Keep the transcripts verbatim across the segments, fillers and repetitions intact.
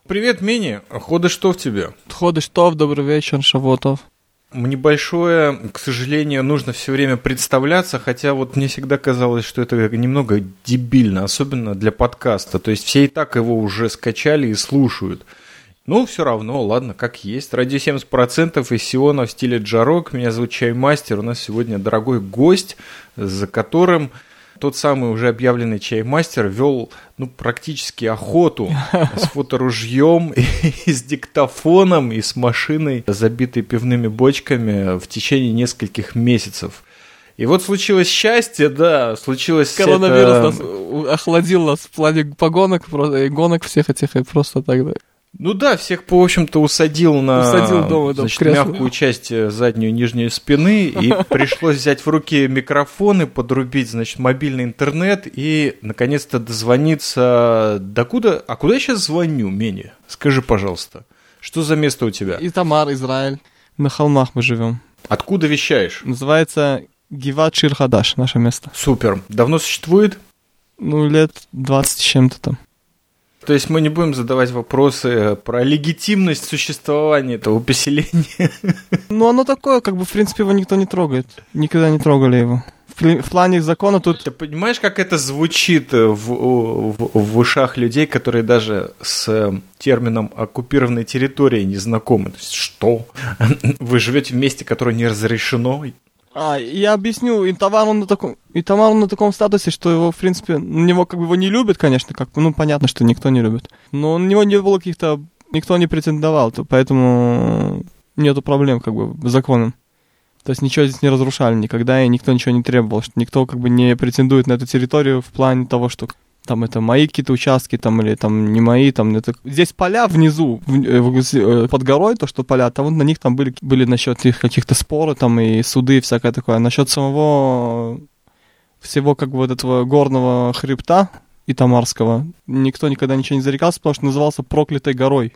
Привет, Мини. Ходыштов тебе. Ходыштов, добрый вечер, Шавотов. Небольшое, к сожалению, нужно все время представляться, хотя вот мне всегда казалось, что это немного дебильно, особенно для подкаста. То есть все и так его уже скачали и слушают. Ну, все равно, ладно, как есть. Радио семьдесят процентов из Сиона в стиле джарок. Меня зовут Чаймастер. У нас сегодня дорогой гость, за которым тот самый уже объявленный Чаймастер вел, ну, практически охоту с фоторужьем и с диктофоном, и с машиной, забитой пивными бочками в течение нескольких месяцев. И вот случилось счастье, да, случилось... Коронавирус это... нас охладил нас в плане погонок, гонок всех этих, и просто тогда... Ну да, всех, в общем-то, усадил на усадил дома, да, значит, мягкую часть заднюю, нижнюю спины, и пришлось взять в руки микрофоны, подрубить, значит, мобильный интернет и, наконец-то, дозвониться... Да куда? А куда я сейчас звоню, Мени? Скажи, пожалуйста, что за место у тебя? Итамар, Израиль. На холмах мы живем. Откуда вещаешь? Называется Гиват Шир Хадаш, наше место. Супер. Давно существует? Ну, лет двадцать с чем-то там. То есть мы не будем задавать вопросы про легитимность существования этого поселения? Ну, оно такое, как бы, в принципе, его никто не трогает. Никогда не трогали его. В, в плане закона тут... Ты понимаешь, как это звучит в, в, в ушах людей, которые даже с термином «оккупированной территории» не знакомы? То есть что? Вы живете в месте, которое не разрешено? А, я объясню, Итамар он на таком, Итамар он на таком статусе, что его, в принципе, на него как бы его не любят, конечно, как бы, ну, понятно, что никто не любит. Но на него не было каких-то, никто не претендовал, то, поэтому нету проблем, как бы, с законом. То есть ничего здесь не разрушали никогда, и никто ничего не требовал, что никто, как бы, не претендует на эту территорию в плане того, что там это мои какие-то участки, там, или там не мои, там, это... Здесь поля внизу, в, в, под горой, то, что поля, там, вот на них там были, были насчет их каких-то споры, там, и суды, и всякое такое. А насчет самого, всего, как бы, вот этого горного хребта Итамарского, никто никогда ничего не зарекался, потому что назывался проклятой горой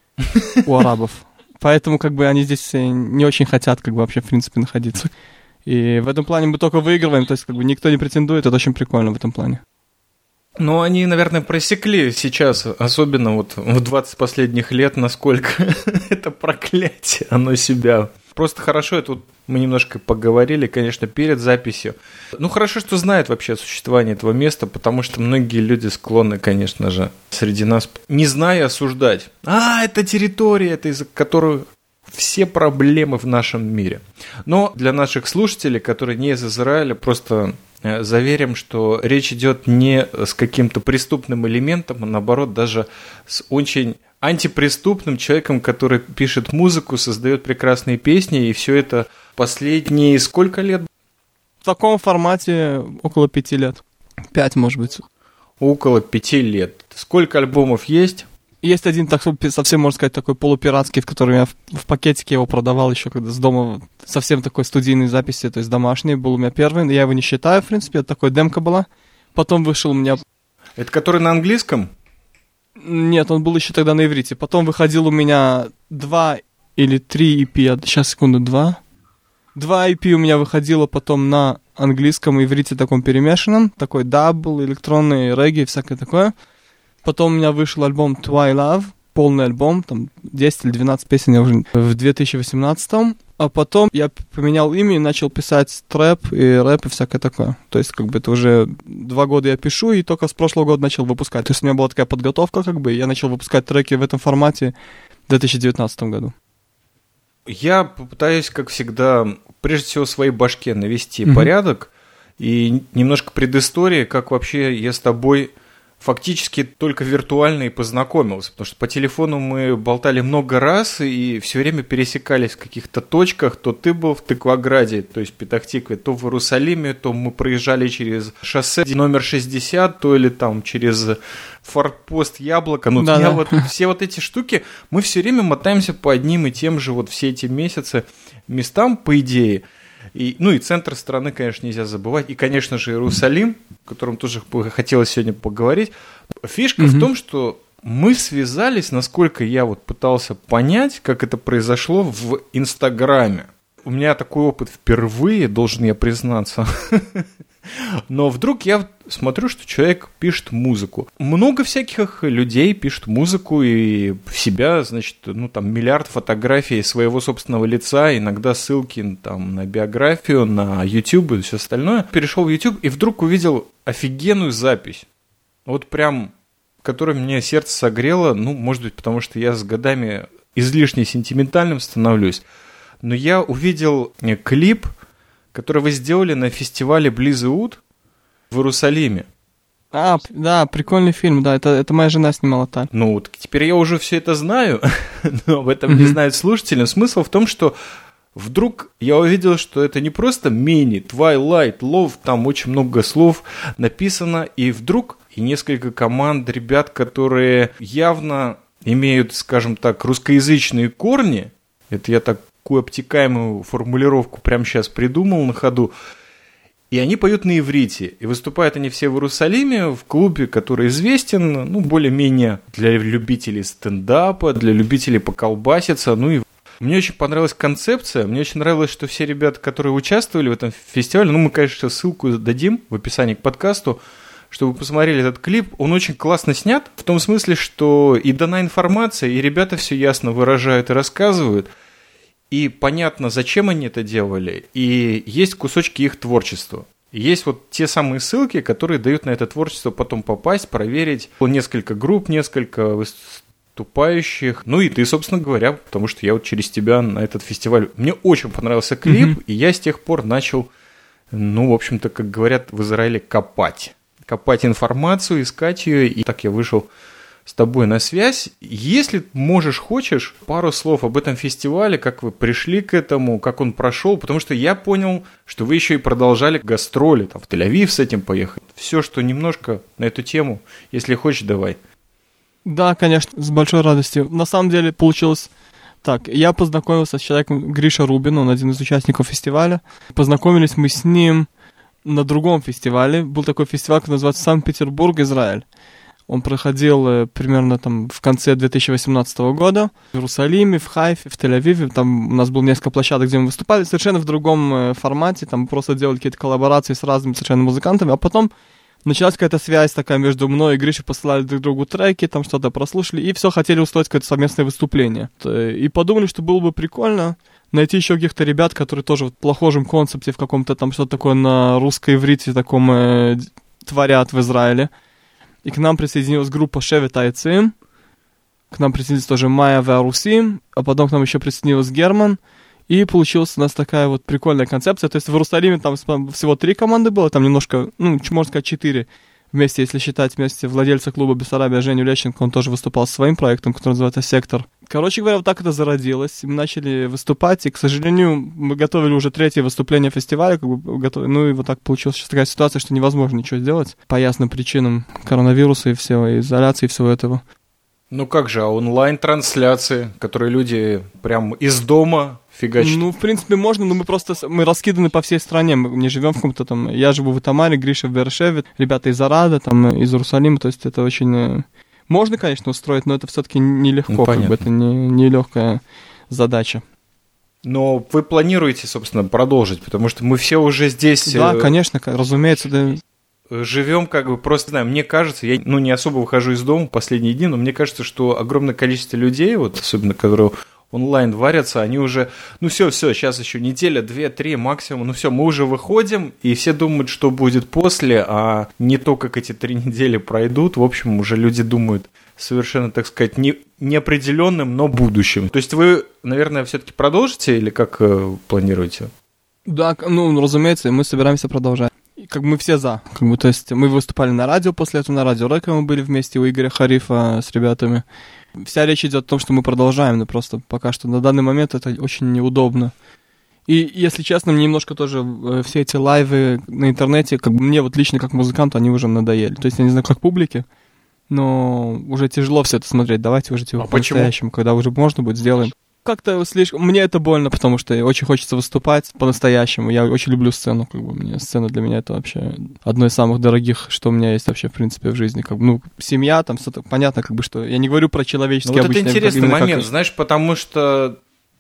у арабов. Поэтому, как бы, они здесь не очень хотят, как бы, вообще, в принципе, находиться. И в этом плане мы только выигрываем, то есть, как бы, никто не претендует, это очень прикольно в этом плане. Ну, они, наверное, просекли сейчас, особенно вот в двадцать последних лет, насколько это проклятие, оно себя... Просто хорошо, это вот мы немножко поговорили, конечно, перед записью. Ну, хорошо, что знают вообще о существовании этого места, потому что многие люди склонны, конечно же, среди нас, не зная, осуждать. А, это территория, это из-за которой все проблемы в нашем мире. Но для наших слушателей, которые не из Израиля, просто... заверим, что речь идет не с каким-то преступным элементом, а наоборот даже с очень антипреступным человеком, который пишет музыку, создает прекрасные песни, и все это последние сколько лет? В таком формате около пяти лет. Пять, может быть. Около пяти лет. Сколько альбомов есть? Есть один, так совсем, можно сказать, такой полупиратский, в котором я в, в пакетике его продавал еще, когда с дома, совсем такой студийной записи, то есть домашний, был у меня первый, я его не считаю, в принципе, это такой демка была. Потом вышел у меня... Это который на английском? Нет, он был еще тогда на иврите. Потом выходил у меня два или три и пи, сейчас, секунду, два. Два и пи у меня выходило потом на английском и иврите таком перемешанном, такой дабл, электронный регги, всякое такое. Потом у меня вышел альбом Twy Love, полный альбом, там десять или двенадцать песен я уже в две тысячи восемнадцатом. А потом я поменял имя и начал писать трэп и рэп и всякое такое. То есть, как бы, это уже два года я пишу, и только с прошлого года начал выпускать. То есть у меня была такая подготовка, как бы, и я начал выпускать треки в этом формате в две тысячи девятнадцатом году. Я попытаюсь, как всегда, прежде всего в своей башке навести mm-hmm. порядок и немножко предыстории, как вообще я с тобой... фактически только виртуально и познакомился, потому что по телефону мы болтали много раз и все время пересекались в каких-то точках. То ты был в Тыкваграде, то есть в Петахтикве, то в Иерусалиме, то мы проезжали через шоссе номер шестьдесят, то или там через форпост Яблоко. Ну, да, я да. вот, все вот эти штуки, мы все время мотаемся по одним и тем же вот все эти месяцы местам, по идее. И, ну и центр страны, конечно, нельзя забывать. И, конечно же, Иерусалим, о котором тоже хотелось сегодня поговорить. Фишка mm-hmm. в том, что мы связались, насколько я вот пытался понять, как это произошло в Инстаграме. У меня такой опыт впервые, должен я признаться. Но вдруг я смотрю, что человек пишет музыку. Много всяких людей пишут музыку и в себя, значит, ну там миллиард фотографий своего собственного лица, иногда ссылки там на биографию, на YouTube и все остальное. Перешел в YouTube и вдруг увидел офигенную запись. Вот прям, которая мне сердце согрело, ну, может быть, потому что я с годами излишне сентиментальным становлюсь. Но я увидел клип, который вы сделали на фестивале Blizzwood в Иерусалиме. А, да, прикольный фильм, да, это, это моя жена снимала так. Ну, вот теперь я уже все это знаю, но об этом не знают слушатели. Но смысл в том, что вдруг я увидел, что это не просто мини, Twilight, Love, там очень много слов написано, и вдруг и несколько команд ребят, которые явно имеют, скажем так, русскоязычные корни, это я такую обтекаемую формулировку прямо сейчас придумал на ходу, и они поют на иврите, и выступают они все в Иерусалиме, в клубе, который известен, ну, более-менее для любителей стендапа, для любителей поколбаситься, ну и мне очень понравилась концепция, мне очень нравилось, что все ребята, которые участвовали в этом фестивале, ну, мы, конечно, ссылку дадим в описании к подкасту, чтобы вы посмотрели этот клип, он очень классно снят, в том смысле, что и дана информация, и ребята все ясно выражают и рассказывают, и понятно, зачем они это делали, и есть кусочки их творчества. Есть вот те самые ссылки, которые дают на это творчество потом попасть, проверить. Несколько групп, несколько выступающих, ну и ты, собственно говоря, потому что я вот через тебя на этот фестиваль... Мне очень понравился клип, mm-hmm. и я с тех пор начал, ну, в общем-то, как говорят в Израиле, копать. Копать информацию, искать ее, и так я вышел с тобой на связь. Если можешь, хочешь, пару слов об этом фестивале, как вы пришли к этому, как он прошел, потому что я понял, что вы еще и продолжали гастроли, там, в Тель-Авив с этим поехать. Все, что немножко на эту тему, если хочешь, давай. Да, конечно, с большой радостью. На самом деле получилось так. Я познакомился с человеком Гриша Рубин, он один из участников фестиваля. Познакомились мы с ним на другом фестивале. Был такой фестиваль, который называется Санкт-Петербург, Израиль. Он проходил э, примерно там в конце две тысячи восемнадцатого года в Иерусалиме, в Хайфе, в Тель-Авиве. Там у нас было несколько площадок, где мы выступали, совершенно в другом э, формате. Там просто делали какие-то коллаборации с разными совершенно музыкантами. А потом началась какая-то связь такая между мной и Гришей, посылали друг другу треки, там что-то прослушали, и все, хотели устроить какое-то совместное выступление. И подумали, что было бы прикольно найти еще каких-то ребят, которые тоже в похожем концепте, в каком-то там что-то такое на русско-иврите таком э, творят в Израиле. И к нам присоединилась группа Шевет Айцим, к нам присоединилась тоже Майя Веарусим, а потом к нам еще присоединилась Герман, и получилась у нас такая вот прикольная концепция. То есть в Иерусалиме там всего три команды было, там немножко, ну, можно сказать, четыре вместе, если считать вместе владельца клуба Бессарабия Женю Лещенко, он тоже выступал со своим проектом, который называется «Сектор». Короче говоря, вот так это зародилось. Мы начали выступать, и, к сожалению, мы готовили уже третье выступление фестиваля, как бы готовили, ну и вот так получилась сейчас такая ситуация, что невозможно ничего сделать по ясным причинам коронавируса и всего, и изоляции и всего этого. Ну как же, а онлайн-трансляции, которые люди прям из дома фигачат? Ну, в принципе, можно, но мы просто, мы раскиданы по всей стране, мы не живем в каком-то там, я живу в Итамаре, Гриша в Бершеве, ребята из Арада, там, из Иерусалима, то есть это очень... Можно, конечно, устроить, но это все-таки нелегко, ну, как бы это не, не легкая задача. Но вы планируете, собственно, продолжить, потому что мы все уже здесь... Да, конечно, разумеется, да. Живем, как бы, просто, знаю, мне кажется, я, ну, не особо выхожу из дома в последние дни, но мне кажется, что огромное количество людей, вот, особенно, которые онлайн варятся, они уже, ну, все, все, сейчас еще неделя, две, три максимум, ну, все, мы уже выходим, и все думают, что будет после, а не то, как эти три недели пройдут, в общем, уже люди думают совершенно, так сказать, не, неопределенным, но будущим. То есть вы, наверное, все-таки продолжите или как э, планируете? Да, ну, разумеется, мы собираемся продолжать. Как бы мы все за, как бы, то есть мы выступали на радио, после этого на радио Рэка мы были вместе у Игоря Харифа с ребятами. Вся речь идет о том, что мы продолжаем, но просто пока что на данный момент это очень неудобно. И, если честно, мне немножко тоже э, все эти лайвы на интернете, как бы мне вот лично как музыканту, они уже надоели. То есть я не знаю, как публике, но уже тяжело все это смотреть. Давайте уже типа, а по-настоящему, когда уже можно будет, сделаем. Как-то слишком... Мне это больно, потому что очень хочется выступать по-настоящему. Я очень люблю сцену, как бы. Мне сцена для меня это вообще одно из самых дорогих, что у меня есть вообще, в принципе, в жизни. Как бы, ну, семья, там, все понятно, как бы, что... Я не говорю про человеческие ну, вот обычные... это интересный момент, как... знаешь, потому что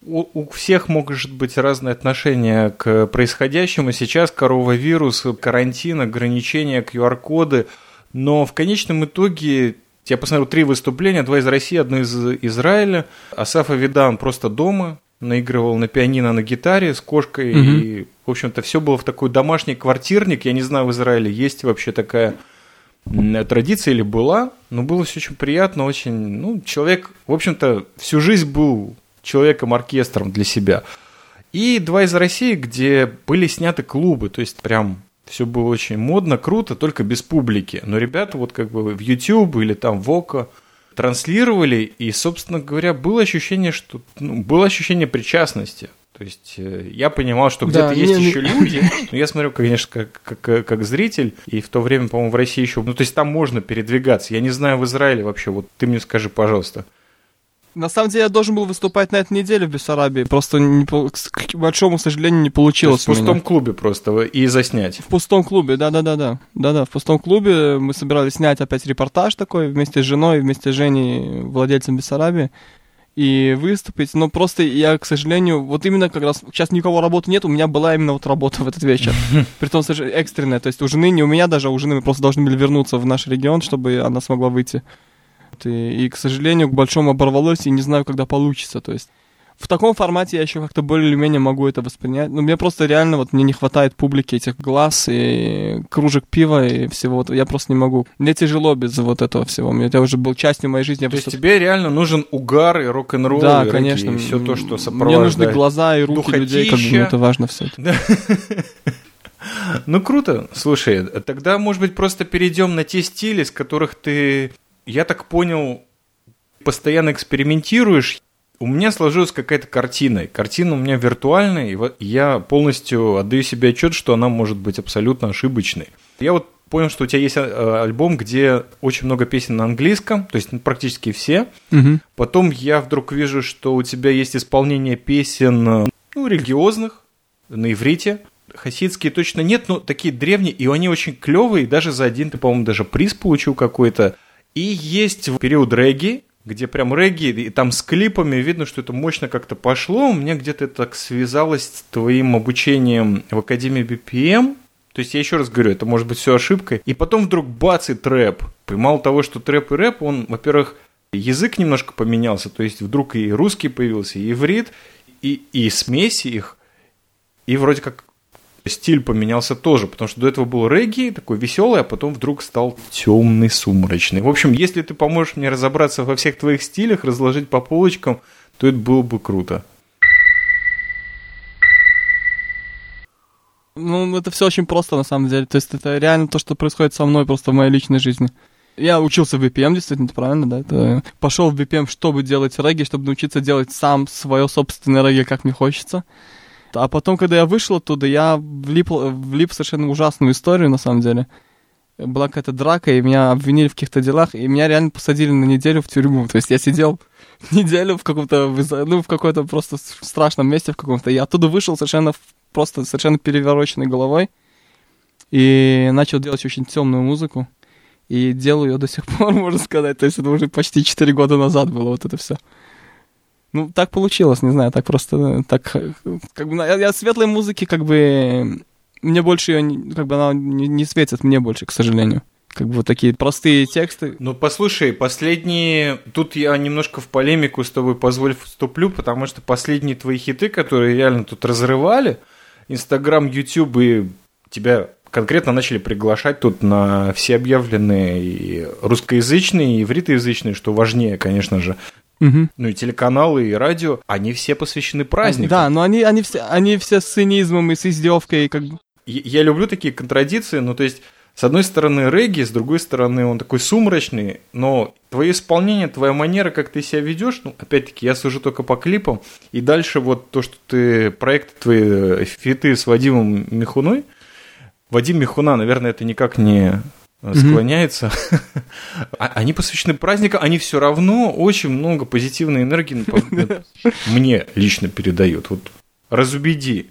у, у всех может быть разное отношение к происходящему. Сейчас коронавирус, карантин, ограничения, ку ар коды. Но в конечном итоге, я посмотрел три выступления, два из России, одно из Израиля. Асаф Авидан просто дома наигрывал на пианино, на гитаре с кошкой. Угу. И, в общем-то, все было в такой домашний квартирник. Я не знаю, в Израиле есть вообще такая традиция или была, но было все очень приятно, очень... Ну, человек, в общем-то, всю жизнь был человеком-оркестром для себя. И два из России, где были сняты клубы, то есть прям все было очень модно, круто, только без публики. Но ребята вот как бы в YouTube или там в Око транслировали, и, собственно говоря, было ощущение, что... Ну, было ощущение причастности. То есть я понимал, что где-то да, есть не, еще не... люди, но я смотрю, конечно, как, как, как зритель, и в то время, по-моему, в России еще... Ну, то есть там можно передвигаться. Я не знаю в Израиле вообще, вот ты мне скажи, пожалуйста. На самом деле я должен был выступать на этой неделе в Бессарабии, просто не, к большому сожалению не получилось. То есть в пустом клубе просто и заснять. В пустом клубе, да-да-да-да. Да-да, в пустом клубе мы собирались снять опять репортаж такой вместе с женой, вместе с Женей, владельцем Бессарабии, и выступить. Но просто я, к сожалению, вот именно как раз сейчас никого работы нет, у меня была именно вот работа в этот вечер. Притом экстренная, то есть у жены, не у меня даже, а у жены мы просто должны были вернуться в наш регион, чтобы она смогла выйти. И, и, к сожалению, к большому оборвалось, и не знаю, когда получится. То есть в таком формате я еще как-то более или менее могу это воспринять. Но мне просто реально вот мне не хватает публики, этих глаз и кружек пива и всего. Вот, я просто не могу. Мне тяжело без вот этого всего. Это уже был частью моей жизни. То просто... есть тебе реально нужен угар и рок-н-ролл, да, и конечно. и все то, что сопровождает. Мне нужны глаза и руки Духотища. Людей, как бы это важно все это. Ну круто. Слушай, тогда, может быть, просто перейдем на те стили, с которых ты... Я так понял, постоянно экспериментируешь. У меня сложилась какая-то картина. Картина у меня виртуальная, и вот я полностью отдаю себе отчет, что она может быть абсолютно ошибочной. Я вот понял, что у тебя есть альбом, где очень много песен на английском, то есть практически все. Угу. Потом я вдруг вижу, что у тебя есть исполнение песен, ну, религиозных, на иврите. Хасидские точно нет, но такие древние, и они очень клевые. Даже за один ты, по-моему, даже приз получил какой-то. И есть период регги, где прям регги, и там с клипами видно, что это мощно как-то пошло. У меня где-то это так связалось с твоим обучением в Академии би пи эм. То есть я еще раз говорю, это может быть все ошибкой. И потом вдруг бац, и трэп. И мало того, что трэп и рэп, он, во-первых, язык немножко поменялся. То есть вдруг и русский появился, и иврит, и, и смеси их. И вроде как... Стиль поменялся тоже, потому что до этого был регги, такой веселый, а потом вдруг стал темный, сумрачный. В общем, если ты поможешь мне разобраться во всех твоих стилях, разложить по полочкам, то это было бы круто. Ну, это все очень просто, на самом деле. То есть это реально то, что происходит со мной просто в моей личной жизни. Я учился в би пи эм, действительно, это правильно, да? Это... Пошел в би пи эм, чтобы делать регги, чтобы научиться делать сам свое собственное регги, как мне хочется. А потом, когда я вышел оттуда, я влип, влип в совершенно ужасную историю, на самом деле. Была какая-то драка, и меня обвинили в каких-то делах, и меня реально посадили на неделю в тюрьму. То есть я сидел неделю в каком-то, ну, в какой-то просто страшном месте в каком-то. Я оттуда вышел совершенно, просто совершенно перевороченной головой, и начал делать очень темную музыку. И делаю ее до сих пор, можно сказать. То есть это уже почти четыре года назад было вот это все. Ну, так получилось, не знаю, так просто, так, как бы, я, я светлой музыки, как бы, мне больше ее, как бы, она не, не светит, мне больше, к сожалению. Как бы вот такие простые тексты. Ну, послушай, последние, тут я немножко в полемику с тобой, позволь, вступлю, потому что последние твои хиты, которые реально тут разрывали, Инстаграм, Ютуб, и тебя конкретно начали приглашать тут на все объявленные и русскоязычные, и ивритоязычные, что важнее, конечно же. Угу. Ну и телеканалы, и радио, они все посвящены праздникам. Да, но они, они, все, они все с цинизмом и с издевкой. Как... Я, я люблю такие контрадикции, ну то есть, с одной стороны регги, с другой стороны он такой сумрачный, но твое исполнение, твоя манера, как ты себя ведешь, ну опять-таки я сужу только по клипам, и дальше вот то, что ты, проекты твои, фиты с Вадимом Михуной, Вадим Михуна, наверное, это никак не... склоняется. Mm-hmm. Они посвящены праздникам, они все равно очень много позитивной энергии мне лично передают. Вот разубеди.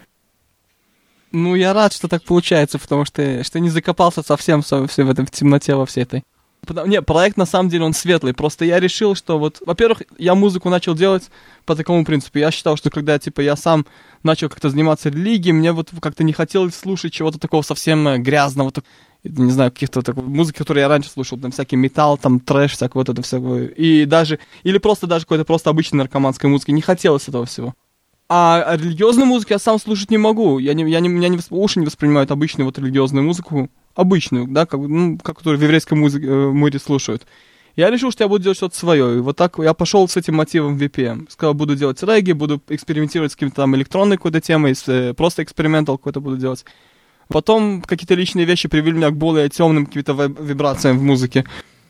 Ну, я рад, что так получается, потому что, что не закопался совсем все в этом в темноте во всей этой. Не, проект на самом деле он светлый. Просто я решил, что вот, во-первых, я музыку начал делать по такому принципу. Я считал, что когда типа я сам начал как-то заниматься религией, мне вот как-то не хотелось слушать чего-то такого совсем грязного, не знаю, каких-то такой музыки, которые я раньше слушал, там всякий металл, там трэш, всякое вот это всякое. И даже, или просто даже какой-то просто обычной наркоманской музыки. Не хотелось этого всего. А религиозную музыку я сам слушать не могу. Я не, я не, меня не, уши не воспринимают обычную вот религиозную музыку. Обычную, да, как, ну, как которую в еврейском музыке, э, мире слушают. Я решил, что я буду делать что-то свое. И вот так я пошел с этим мотивом в ви пи эм. Сказал, буду делать регги, буду экспериментировать с каким-то там электронной какой-то темой, с, э, просто экспериментал какой-то буду делать. Потом какие-то личные вещи привели меня к более темным каким-то вибрациям в музыке.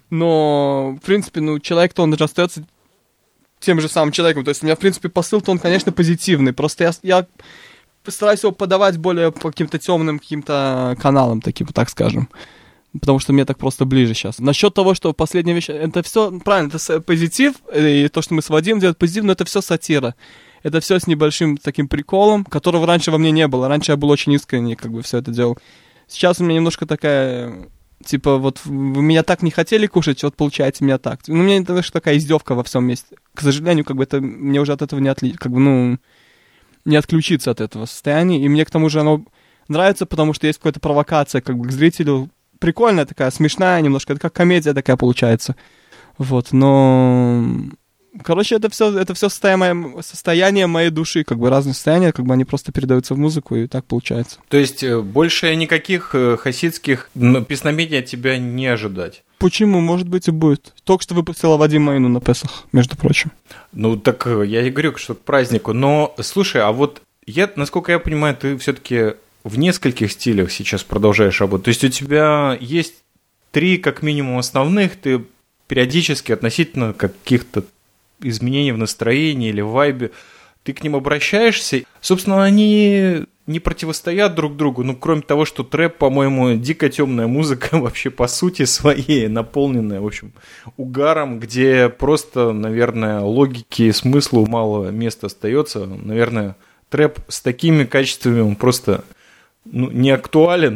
Но, в принципе, ну, человек-то, он же остается тем же самым человеком. То есть у меня, в принципе, посыл-то он, конечно, позитивный. Просто я... я постараюсь его подавать более по каким-то темным каким-то каналам, таким, так скажем. Потому что мне так просто ближе сейчас. Насчет того, что последняя вещь, это все, правильно, это позитив, и то, что мы с Вадимом делаем позитив, но это все сатира. Это все с небольшим таким приколом, которого раньше во мне не было. Раньше я был очень искренне, как бы, все это делал. Сейчас у меня немножко такая, типа, вот, вы меня так не хотели кушать, вот получаете меня так. Ну, у меня немножко такая издевка во всем месте. К сожалению, как бы, это, мне уже от этого не отличить, как бы, ну... не отключиться от этого состояния, и мне к тому же оно нравится, потому что есть какая-то провокация как бы к зрителю, прикольная такая, смешная немножко, это как комедия такая получается, вот, но, короче, это все, это все состояние, состояние моей души, как бы разные состояния, как бы они просто передаются в музыку, и так получается. То есть больше никаких хасидских песнопений от тебя не ожидать? Почему? Может быть и будет. Только что выпустила Вадим Маину на Песах, между прочим. Ну, так я и говорю, что к празднику. Но, слушай, а вот я, насколько я понимаю, ты все-таки в нескольких стилях сейчас продолжаешь работать. То есть у тебя есть три, как минимум, основных, ты периодически относительно каких-то изменений в настроении или в вайбе, ты к ним обращаешься. Собственно, они не противостоят друг другу, ну, кроме того, что трэп, по-моему, дико темная музыка вообще по сути своей, наполненная, в общем, угаром, где просто, наверное, логики и смыслу мало места остается. Наверное, трэп с такими качествами, он просто, ну, не актуален.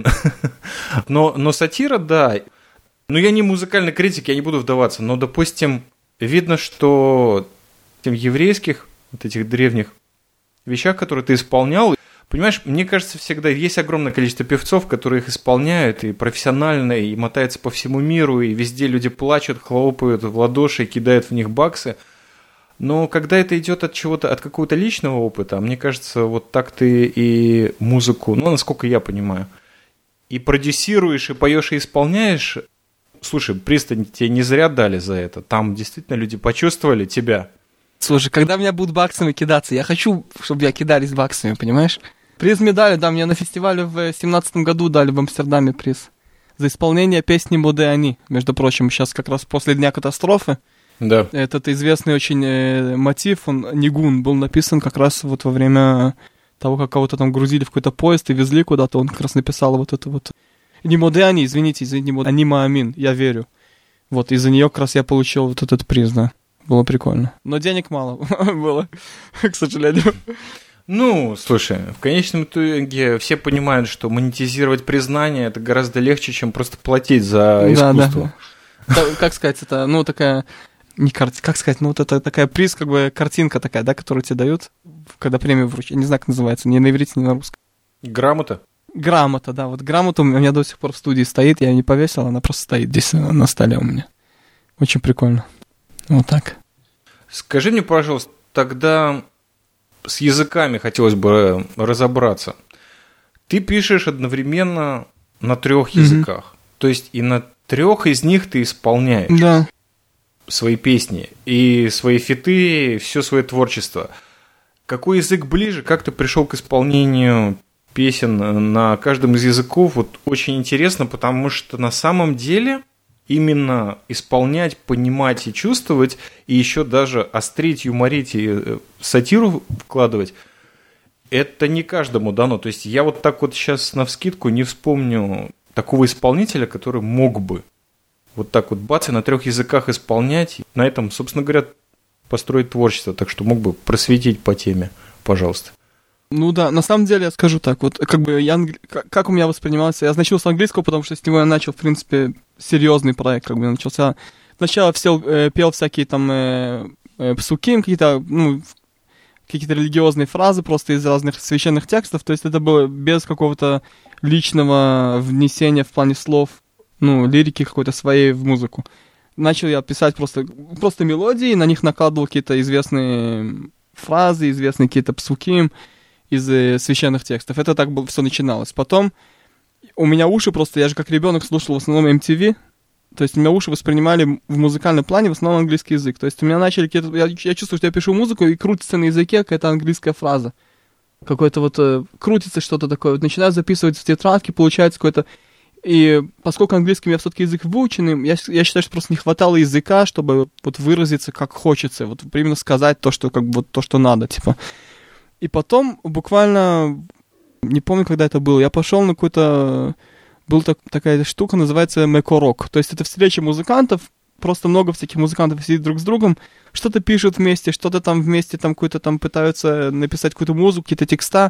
но, но сатира, да. Ну, я не музыкальный критик, я не буду вдаваться, но, допустим, видно, что в еврейских, вот этих древних вещах, которые ты исполнял, понимаешь, мне кажется, всегда есть огромное количество певцов, которые их исполняют и профессионально, и мотаются по всему миру, и везде люди плачут, хлопают в ладоши, кидают в них баксы. Но когда это идет от чего-то, от какого-то личного опыта, мне кажется, вот так ты и музыку, ну, насколько я понимаю, и продюсируешь, и поешь, и исполняешь. Слушай, пристань тебе не зря дали за это. Там действительно люди почувствовали тебя. Слушай, когда меня будут баксами кидаться, я хочу, чтобы я кидались баксами, понимаешь? Приз мне дали, да, мне на фестивале в семнадцатом году дали в Амстердаме приз. За исполнение песни «Моды они». Между прочим, сейчас как раз после Дня катастрофы. Да. Этот известный очень э, мотив, он, «Нигун», был написан как раз вот во время того, как кого-то там грузили в какой-то поезд и везли куда-то, он как раз написал вот это вот. «Не моды они», извините, извините, «Моды они маамин», я верю. Вот, из-за нее как раз я получил вот этот приз, да. Было прикольно. Но денег мало было, к сожалению. Ну, слушай, в конечном итоге все понимают, что монетизировать признание это гораздо легче, чем просто платить за искусство. Да, да. Как сказать, это, ну, такая, не карт, как сказать, ну, вот это такая приз, как бы картинка такая, да, которую тебе дают, когда премию вручают. Я не знаю, как называется, ни на иврите, ни на русском. Грамота? Грамота, да, вот грамота у меня до сих пор в студии стоит, я ее не повесил, она просто стоит здесь на столе у меня. Очень прикольно. Вот так. Скажи мне, пожалуйста, тогда с языками хотелось бы разобраться. Ты пишешь одновременно на трех mm-hmm. языках. То есть и на трех из них ты исполняешь да. свои песни и свои фиты, все свое творчество. Какой язык ближе? Как ты пришел к исполнению песен на каждом из языков? Вот очень интересно, потому что на самом деле именно исполнять, понимать и чувствовать, и еще даже острить, юморить и сатиру вкладывать, это не каждому дано. То есть я вот так вот сейчас навскидку не вспомню такого исполнителя, который мог бы вот так вот бац, и на трех языках исполнять, на этом, собственно говоря, построить творчество. Так что мог бы просветить по теме, пожалуйста. Ну да, на самом деле я скажу так, вот как бы я, англи... как у меня воспринимался, я начал с английского, потому что с него я начал, в принципе, серьезный проект, как бы начался. Сначала все, э, пел всякие там э, э, псуким, какие-то, ну, какие-то религиозные фразы просто из разных священных текстов, то есть это было без какого-то личного внесения в плане слов, ну, лирики какой-то своей в музыку. Начал я писать просто, просто мелодии, на них накладывал какие-то известные фразы, известные какие-то псуким из э, священных текстов. Это так все начиналось. Потом у меня уши просто, я же как ребенок слушал в основном эм ти ви, то есть у меня уши воспринимали в музыкальном плане в основном английский язык. То есть у меня начали какие-то... Я, я чувствую, что я пишу музыку, и крутится на языке какая-то английская фраза. Какой-то вот... Э, крутится что-то такое. Вот начинаю записывать в тетрадке, получается какой-то... И поскольку английский у меня все-таки язык выученный, я, я считаю, что просто не хватало языка, чтобы вот выразиться как хочется. Вот именно сказать то, что, как бы, вот, то, что надо, типа. И потом буквально... Не помню, когда это было. Я пошел на какой-то... Была так, такая штука, называется мэко-рок. То есть это встреча музыкантов, просто много всяких музыкантов сидит друг с другом, что-то пишут вместе, что-то там вместе, там какую-то там пытаются написать какую-то музыку, какие-то текста.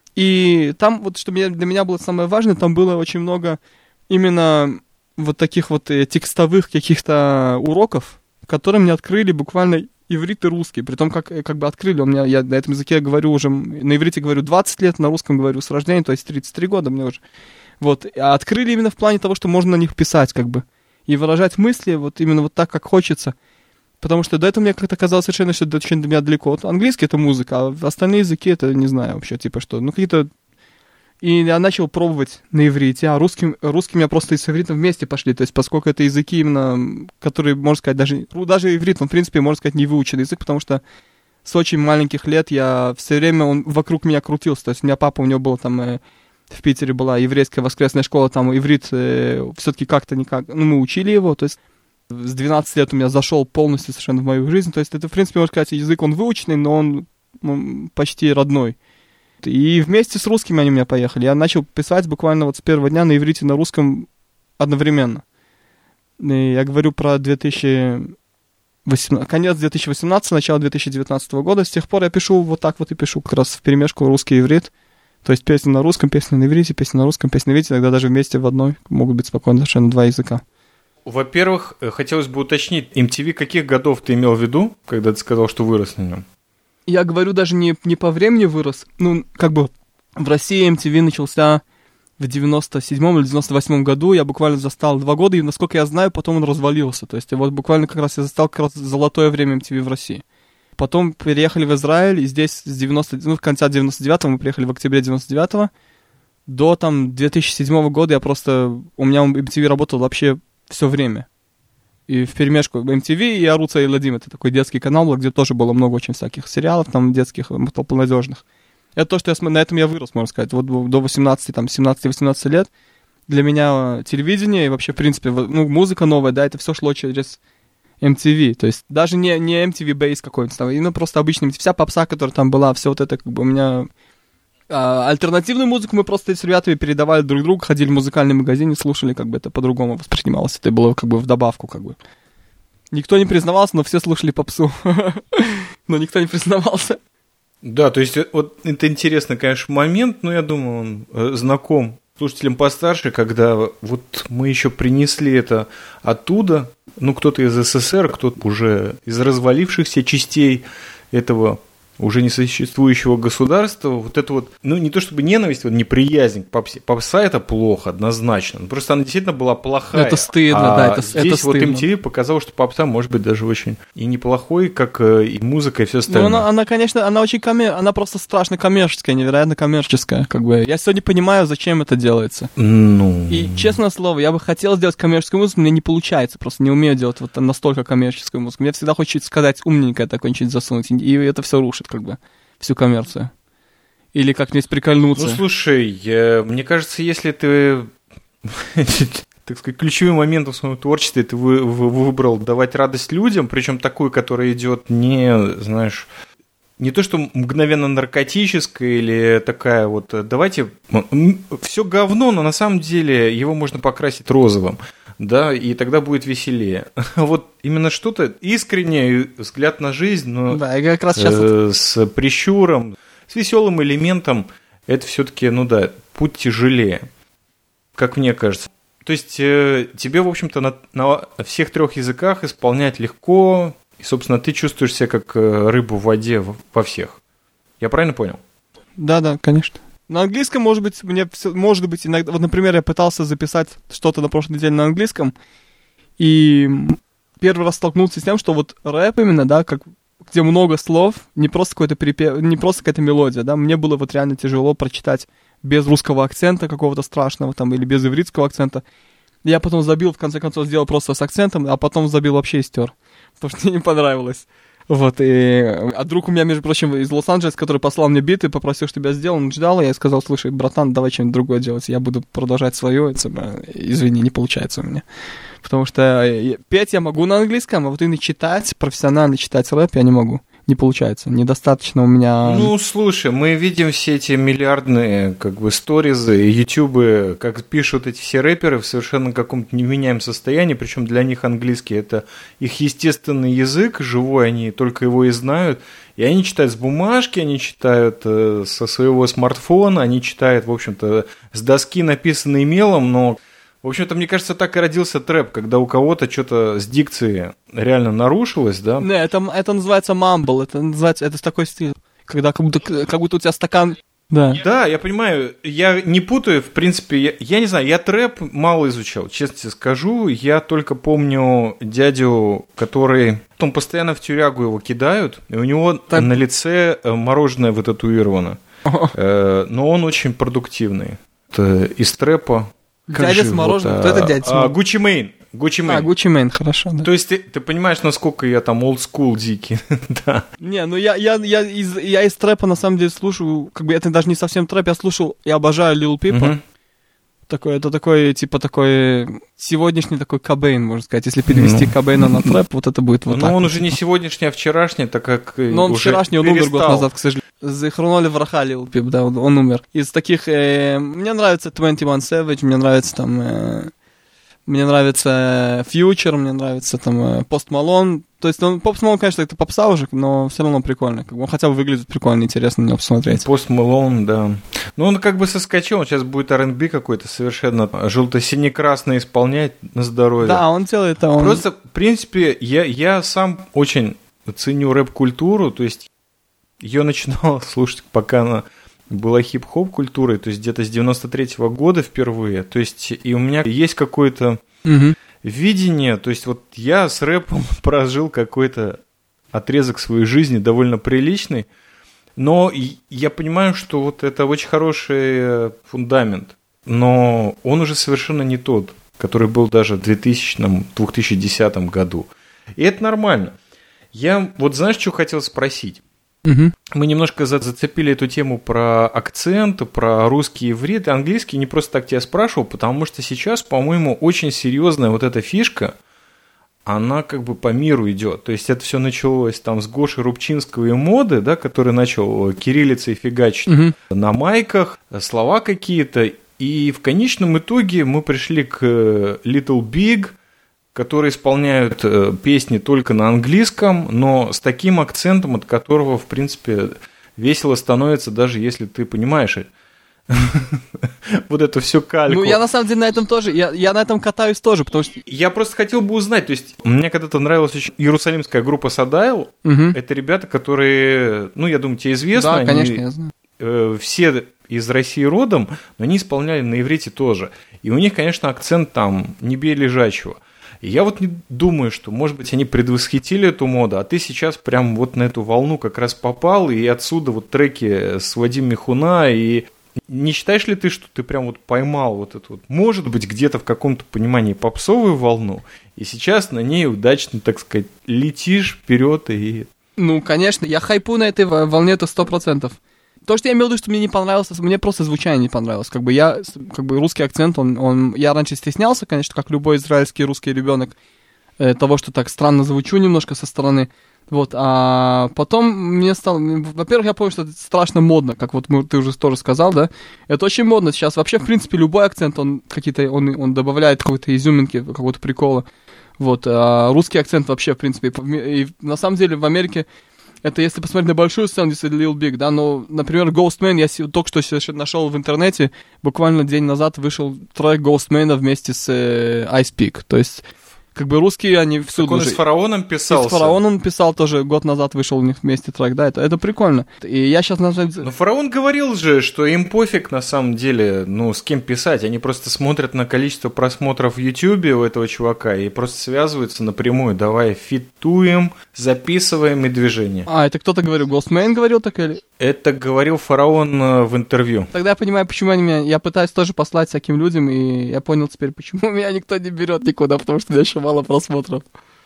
И там, вот что для меня было самое важное, там было очень много именно вот таких вот текстовых каких-то уроков, которые мне открыли буквально иврит и русский. Притом, как, как бы открыли, у меня, я на этом языке говорю уже, на иврите говорю двадцать лет, на русском говорю с рождения, то есть тридцать три года мне уже. Вот, а открыли именно в плане того, что можно на них писать, как бы, и выражать мысли вот именно вот так, как хочется. Потому что до этого мне как-то казалось совершенно, что это очень до меня далеко. Вот английский — это музыка, а остальные языки — это, не знаю вообще, типа что, ну какие-то... И я начал пробовать на иврите, а русским, русским я просто и с ивритом вместе пошли, то есть поскольку это языки именно, которые, можно сказать, даже, даже иврит, он, в принципе, можно сказать, не выученный язык, потому что с очень маленьких лет я все время, он вокруг меня крутился, то есть у меня папа, у него был там... Э, в Питере была еврейская воскресная школа, там иврит э, все-таки как-то никак, ну, мы учили его, то есть с двенадцати лет у меня зашел полностью совершенно в мою жизнь, то есть это, в принципе, можно сказать, язык, он выученный, но он, он почти родной. И вместе с русскими они у меня поехали. Я начал писать буквально вот с первого дня на иврите и на русском одновременно. И я говорю про две тысячи восемнадцатый, конец две тысячи восемнадцатого, начало две тысячи девятнадцатого года, с тех пор я пишу вот так вот и пишу, как раз вперемешку русский и иврит. То есть песня на русском, песня на иврите, песня на русском, песня на иврите, тогда даже вместе в одной могут быть спокойно совершенно два языка. Во-первых, хотелось бы уточнить, эм ти ви каких годов ты имел в виду, когда ты сказал, что вырос на нем? Я говорю даже не, не по времени вырос, ну, как бы в России эм ти ви начался в девяносто седьмом или девяносто восьмом году, я буквально застал два года, и, насколько я знаю, потом он развалился, то есть вот буквально как раз я застал как раз золотое время эм ти ви в России. Потом переехали в Израиль, и здесь с девяностого, ну, в конце девяносто девятого, мы приехали в октябре девяносто девятого, до там две тысячи седьмого года я просто, у меня эм ти ви работал вообще все время. И вперемешку эм ти ви и Аруца Иладим, это такой детский канал, где тоже было много очень всяких сериалов, там детских, полнодежных. Это то, что я, на этом я вырос, можно сказать, вот до восемнадцати, там, семнадцати-восемнадцати лет. Для меня телевидение и вообще, в принципе, ну, музыка новая, да, это все шло через... эм ти ви, то есть даже не, не эм ти ви Base какой-нибудь там, именно просто обычный, вся попса, которая там была, все вот это как бы у меня... А, альтернативную музыку мы просто с ребятами передавали друг другу, ходили в музыкальный магазин и слушали, как бы это по-другому воспринималось, это было как бы в добавку, как бы. Никто не признавался, но все слушали попсу, но никто не признавался. Да, то есть вот это интересный, конечно, момент, но я думаю, он э, знаком слушателям постарше, когда вот мы еще принесли это оттуда, ну, кто-то из эс эс эс эр, кто-то уже из развалившихся частей этого уже несуществующего государства, вот это вот, ну, не то чтобы ненависть, вот неприязнь к попсе. Попса — это плохо, однозначно. Просто она действительно была плохая. Это стыдно, а да, это, здесь это вот стыдно. эм ти ви показал, что попса может быть даже очень и неплохой, как и музыка, и все остальное. Ну, она, она, конечно, она очень коммер... она просто страшно коммерческая, невероятно коммерческая, как бы. Я сегодня понимаю, зачем это делается. Ну... И, честное слово, я бы хотел сделать коммерческую музыку, мне не получается, просто не умею делать вот настолько коммерческую музыку. Мне всегда хочется сказать умненькое такое, что-нибудь засунуть, и это все рушит, как бы, всю коммерцию. Или как-нибудь прикольнуться. Ну, слушай, я, мне кажется, если ты, так сказать, ключевым моментом в своем творчестве ты вы, вы, выбрал давать радость людям, причем такую, которая идет не, знаешь, не то, что мгновенно наркотическая или такая вот, давайте, все говно, но на самом деле его можно покрасить розовым, да, и тогда будет веселее. Вот именно что-то искреннее, взгляд на жизнь, но да, я как раз сейчас э, с прищуром. с веселым элементом, это все-таки, ну да, путь тяжелее, как мне кажется. То есть э, тебе, в общем-то, на, на всех трех языках исполнять легко, и, собственно, ты чувствуешь себя как рыбу в воде во всех. Я правильно понял? Да-да, конечно. На английском, может быть, мне, может быть, иногда... Вот, например, я пытался записать что-то на прошлой неделе на английском, и первый раз столкнулся с тем, что вот рэп именно, да, как, где много слов, не просто какой-то припев, не просто какая-то мелодия, да, мне было вот реально тяжело прочитать без русского акцента какого-то страшного там, или без ивритского акцента. Я потом забил, в конце концов, сделал просто с акцентом, а потом забил вообще и стер, потому что мне не понравилось. Вот, и... А друг у меня, между прочим, из Лос-Анджелеса, который послал мне биты, попросил, чтобы я сделал, он ждал, и я сказал, слушай, братан, давай что-нибудь другое делать, я буду продолжать свое, это, извини, не получается у меня. Потому что петь я могу на английском, а вот именно читать, профессионально читать рэп я не могу. Не получается, недостаточно у меня... Ну, слушай, мы видим все эти миллиардные, как бы, сторизы, ютубы, как пишут эти все рэперы в совершенно каком-то невменяемом состоянии, причем для них английский – это их естественный язык, живой, они только его и знают, и они читают с бумажки, они читают э, со своего смартфона, они читают, в общем-то, с доски, написанной мелом, но... В общем-то, мне кажется, так и родился трэп, когда у кого-то что-то с дикцией реально нарушилось, да? Не, это, это называется мамбл, это называется, это такой стиль, когда как будто, как будто у тебя стакан... Да. Да, я понимаю, я не путаю, в принципе, я, я не знаю, я трэп мало изучал, честно тебе скажу, я только помню дядю, который, он постоянно в тюрягу его кидают, и у него так... на лице мороженое вытатуировано, но он очень продуктивный, это из трэпа. Дядя с мороженым, кто это дядя с мороженым? Гуччи Мэйн. Гуччи Мэйн. А, Гуччи Мэйн, хорошо, да. То есть ты, ты понимаешь, насколько я там олдскул дикий, да. Не, ну я, я, я, из, я из трэпа на самом деле слушаю, как бы это даже не совсем трэп, я слушал, я обожаю Lil Peep. Uh-huh. Такой, это такой, типа такой, сегодняшний такой Кобейн, можно сказать. Если перевести uh-huh. Кобейна на трэп, вот это будет вот ну, так. Ну он вот. уже не сегодняшний, а вчерашний, так как Но он уже вчерашний, он перестал. умер год назад, к сожалению. Захоронули враха Lil Peep, да, он, он умер. Из таких, э, мне нравится двадцать один Savage, мне нравится там, э, мне нравится Future, мне нравится там э, Post Malone. То есть, ну, Post Malone, конечно, это попса уже, но все равно прикольно. Как бы он хотя бы выглядит прикольно, интересно на него посмотреть. Post Malone, да. Ну, он как бы соскочил, он сейчас будет ар энд би какой-то совершенно желто-сине-красный исполнять на здоровье. Да, он делает это. Он... Просто, в принципе, я, я сам очень ценю рэп-культуру, то есть ее начинал слушать, пока она была хип-хоп культурой, то есть где-то с девяносто третьего года впервые. То есть и у меня есть какое-то угу. видение, то есть вот я с рэпом прожил какой-то отрезок своей жизни довольно приличный, но я понимаю, что вот это очень хороший фундамент, но он уже совершенно не тот, который был даже в двухтысячном - две тысячи десятом году. И это нормально. Я вот знаешь, что хотел спросить? Угу. Мы немножко зацепили эту тему про акцент, про русский иврит и английский. Не просто так тебя спрашивал, потому что сейчас, по-моему, очень серьезная вот эта фишка, она как бы по миру идет. То есть это все началось там с Гоши Рубчинского и моды, да, который начал кириллицей фигачить угу. на майках, слова какие-то. И в конечном итоге мы пришли к Little Big, которые исполняют э, песни только на английском, но с таким акцентом, от которого, в принципе, весело становится, даже если ты понимаешь вот это все кальку. Ну, я на самом деле на этом тоже, я, я на этом катаюсь тоже, потому что... Я просто хотел бы узнать, то есть, мне когда-то нравилась очень иерусалимская группа Садайл, угу. это ребята, которые, ну, я думаю, тебе известно. Да, они, конечно, я знаю. Э, все из России родом, но они исполняли на иврите тоже. И у них, конечно, акцент там не бей лежачего. И я вот не думаю, что, может быть, они предвосхитили эту моду, а ты сейчас прям вот на эту волну как раз попал, и отсюда вот треки с Вадим Михуна, и не считаешь ли ты, что ты прям вот поймал вот эту вот, может быть, где-то в каком-то понимании попсовую волну, и сейчас на ней удачно, так сказать, летишь вперед и... Ну, конечно, я хайпу на этой волне, это сто процентов. То, что я имел в виду, что мне не понравилось, мне просто звучание не понравилось. Как бы я, как бы русский акцент, он, он, я раньше стеснялся, конечно, как любой израильский русский ребенок, э, того, что так странно звучу немножко со стороны. Вот, а потом мне стало, во-первых, я понял, что это страшно модно, как вот мы, ты уже тоже сказал, да. Это очень модно сейчас. Вообще, в принципе, любой акцент, он какие-то, он, он добавляет какой-то изюминки, какого-то прикола. Вот, а русский акцент вообще, в принципе, и на самом деле в Америке Это если посмотреть на большую сцену, здесь Lil Big, да, но, например, Ghostman, я с- только что нашел в интернете, буквально день назад вышел трек Ghostman вместе с э, Ice Peak, то есть, как бы русские, они всюду Так он и уже... с Фараоном писался. И с Фараоном писал тоже, год назад вышел у них вместе трек, да, это, это прикольно. И я сейчас... Но Фараон говорил же, что им пофиг на самом деле, ну, с кем писать. Они просто смотрят на количество просмотров в Ютьюбе у этого чувака и просто связываются напрямую. Давай фитуем, записываем и движение. А, это кто-то говорил, Ghostman говорил так или... Это говорил Фараон э, в интервью. Тогда я понимаю, почему они меня... Я пытаюсь тоже послать всяким людям, и я понял теперь, почему меня никто не берет никуда, потому что у меня еще мало просмотров.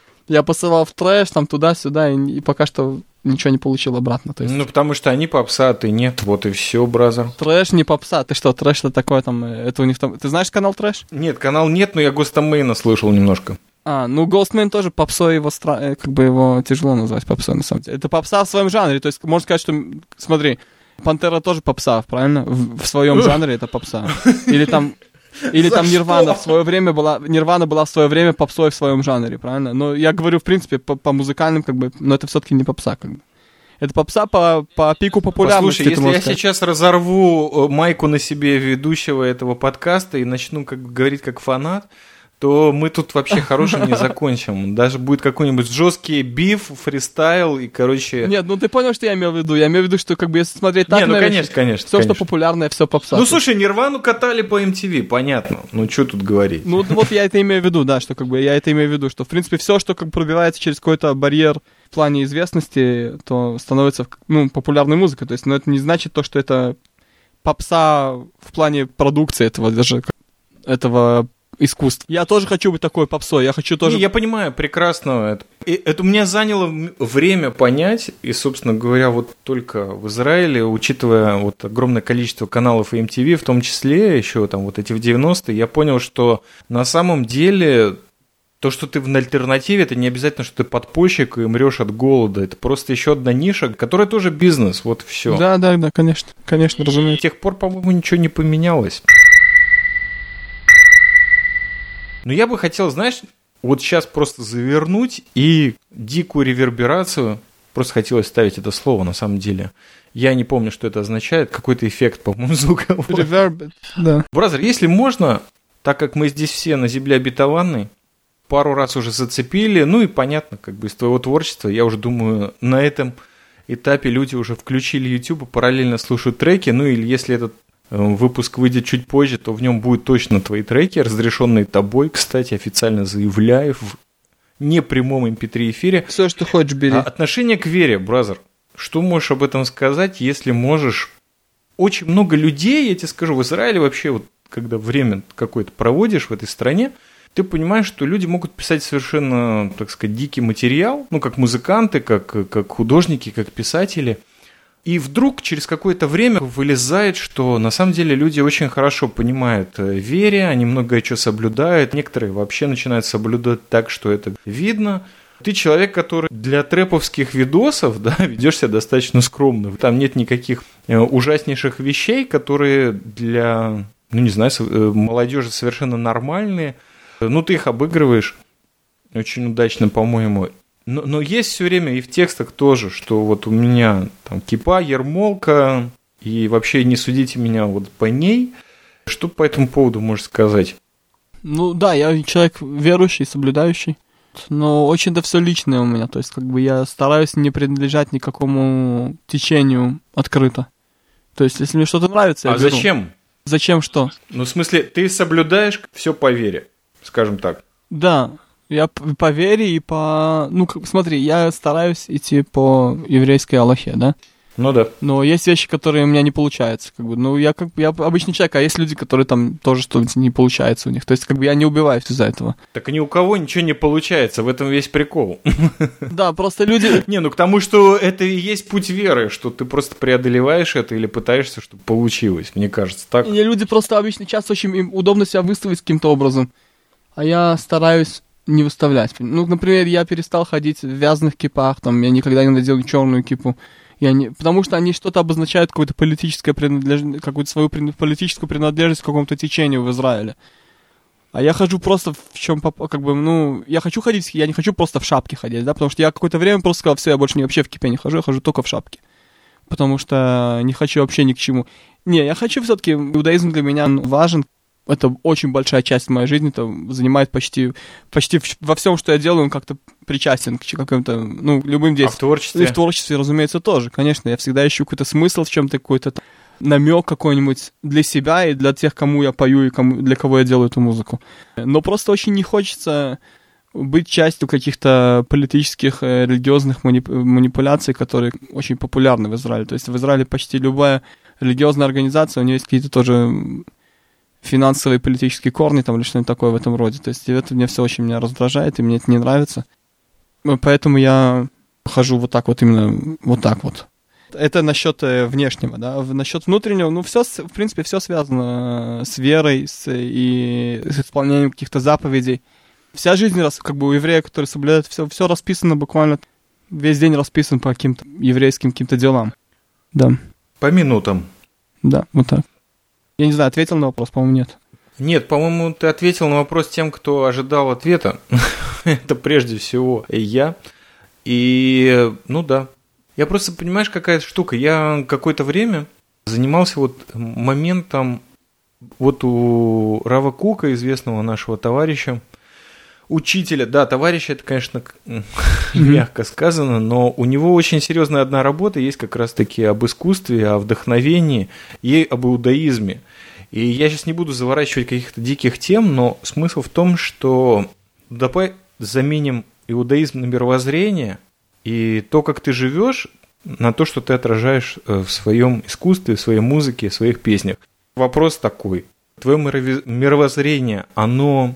Я посылал в трэш, там, туда-сюда, и, и пока что ничего не получил обратно. То есть... Ну, потому что они попса, а ты нет. Вот и все, бразер. Трэш не попса. Ты что, трэш это такое там... Это у них там... Ты знаешь канал трэш? Нет, канал нет, но я Госта Мэйна слышал немножко. А, ну Ghostman тоже попсой его, стра... как бы его тяжело назвать попсой, на самом деле. Это попса в своем жанре, то есть можно сказать, что, смотри, Пантера тоже попса, правильно? В, в своем жанре это попса. Или там... Или там Нирвана в свое время была... Нирвана была в свое время попсой в своем жанре, правильно? Но я говорю, в принципе, по, по музыкальным, как бы, но это все-таки не попса, как бы. Это попса по, по пику популярности. Послушай, если я сказать. сейчас разорву майку на себе ведущего этого подкаста и начну как бы говорить как фанат, то мы тут вообще хорошим не закончим. Даже будет какой-нибудь жесткий биф, фристайл и, короче... Нет, ну ты понял, что я имел в виду? Я имею в виду, что как бы если смотреть так... Не, ну на конечно, вещи, конечно. Все, конечно. что популярное, все попса. Ну слушай, Нирвану катали по эм ти ви, понятно. Ну что тут говорить? Ну вот я это имею в виду, да, что как бы я это имею в виду, что в принципе все, что как бы пробивается через какой-то барьер в плане известности, то становится, ну, популярной музыкой. То есть, но это не значит то, что это попса в плане продукции этого даже этого искусств. Я тоже хочу быть такой попсой, я хочу тоже... Не, я понимаю, прекрасно. Это, и, это у меня заняло время понять, и, собственно говоря, вот только в Израиле, учитывая вот огромное количество каналов эм ти ви, в том числе еще там вот эти в девяностые, я понял, что на самом деле то, что ты в альтернативе, это не обязательно, что ты подпольщик и мрешь от голода. Это просто еще одна ниша, которая тоже бизнес, вот все. Да, да, да, конечно, конечно, разумеется. С тех пор, по-моему, ничего не поменялось. Но я бы хотел, знаешь, вот сейчас просто завернуть и дикую реверберацию, просто хотелось ставить это слово на самом деле. Я не помню, что это означает, какой-то эффект, по-моему, звуковой. Реверб, да. Бразер, если можно, так как мы здесь все на земле обетованной, пару раз уже зацепили, ну и понятно, как бы из твоего творчества, я уже думаю, на этом этапе люди уже включили YouTube, параллельно слушают треки, ну или если этот выпуск выйдет чуть позже, то в нем будут точно твои треки, разрешенные тобой, кстати, официально заявляю, в непрямом эм пи три эфире. Все, что хочешь, бери. А отношение к вере, бразер, что можешь об этом сказать, если можешь? Очень много людей, я тебе скажу, в Израиле вообще, вот, когда время какое-то проводишь в этой стране, ты понимаешь, что люди могут писать совершенно, так сказать, дикий материал, ну, как музыканты, как, как художники, как писатели. И вдруг через какое-то время вылезает, что на самом деле люди очень хорошо понимают вере, они многое что соблюдают, некоторые вообще начинают соблюдать так, что это видно. Ты человек, который для трэповских видосов, да, ведешь себя достаточно скромно. Там нет никаких ужаснейших вещей, которые для, ну не знаю, молодежи совершенно нормальные. Ну, ты их обыгрываешь очень удачно, по-моему. Но, но есть все время и в текстах тоже, что вот у меня там кипа, ермолка, и вообще не судите меня вот по ней. Что по этому поводу можешь сказать? Ну да, я человек верующий, соблюдающий, но очень-то все личное у меня, то есть как бы я стараюсь не принадлежать никакому течению открыто. То есть если мне что-то нравится, я А беру. зачем? Зачем что? Ну, в смысле, ты соблюдаешь все по вере, скажем так. Да. Я по вере и по... Ну, как, смотри, я стараюсь идти по еврейской алахе, да? Ну да. Но есть вещи, которые у меня не получаются, как бы. Ну, я как я обычный человек, а есть люди, которые там тоже что-то не получается у них. То есть, как бы я не убиваюсь из-за этого. Так ни у кого ничего не получается, в этом весь прикол. Да, просто люди... Не, ну к тому, что это и есть путь веры, что ты просто преодолеваешь это или пытаешься, чтобы получилось, мне кажется, так? И люди просто обычно часто очень им удобно себя выставить каким-то образом, а я стараюсь не выставлять. Ну, например, я перестал ходить в вязаных кипах, там, я никогда не надел черную кипу, я не... потому что они что-то обозначают, какую-то политическую принадлежность, какую-то свою политическую принадлежность к какому-то течению в Израиле. А я хожу просто в чем как бы, ну, я хочу ходить, я не хочу просто в шапке ходить, да, потому что я какое-то время просто сказал, все, я больше не, вообще в кипе не хожу, я хожу только в шапке. Потому что не хочу вообще ни к чему. Не, я хочу все-таки, иудаизм для меня важен, это очень большая часть моей жизни, это занимает почти, почти во всем, что я делаю, он как-то причастен к каким-то, ну, любым действиям. А в творчестве? И в творчестве, разумеется, тоже, конечно, я всегда ищу какой-то смысл в чем-то, какой-то намек какой-нибудь для себя и для тех, кому я пою и кому, для кого я делаю эту музыку. Но просто очень не хочется быть частью каких-то политических, религиозных манип... манипуляций, которые очень популярны в Израиле. То есть в Израиле почти любая религиозная организация, у нее есть какие-то тоже финансовые политические корни там или что-нибудь такое в этом роде. То есть это мне все очень меня раздражает, и мне это не нравится. Поэтому я хожу вот так вот, именно вот так вот. Это насчет внешнего, да. Насчет внутреннего, ну, все, в принципе, все связано с верой с, и с исполнением каких-то заповедей. Вся жизнь, как бы у еврея, который соблюдает, все, все расписано буквально, весь день расписан по каким-то еврейским каким-то делам. Да. По минутам. Да, вот так. Я не знаю, ответил на вопрос, по-моему, нет. Нет, по-моему, ты ответил на вопрос тем, кто ожидал ответа. Это прежде всего я. И, ну да. Я просто, понимаешь, какая штука. Я какое-то время занимался вот моментом, вот у Рава Кука, известного нашего товарища, учителя, да, товарища, это, конечно, мягко сказано, но у него очень серьезная одна работа есть как раз-таки об искусстве, о вдохновении и об иудаизме. И я сейчас не буду заворачивать каких-то диких тем, но смысл в том, что давай заменим иудаизм на мировоззрение, и то, как ты живешь, на то, что ты отражаешь в своем искусстве, в своей музыке, в своих песнях. Вопрос такой. Твое мировоззрение, оно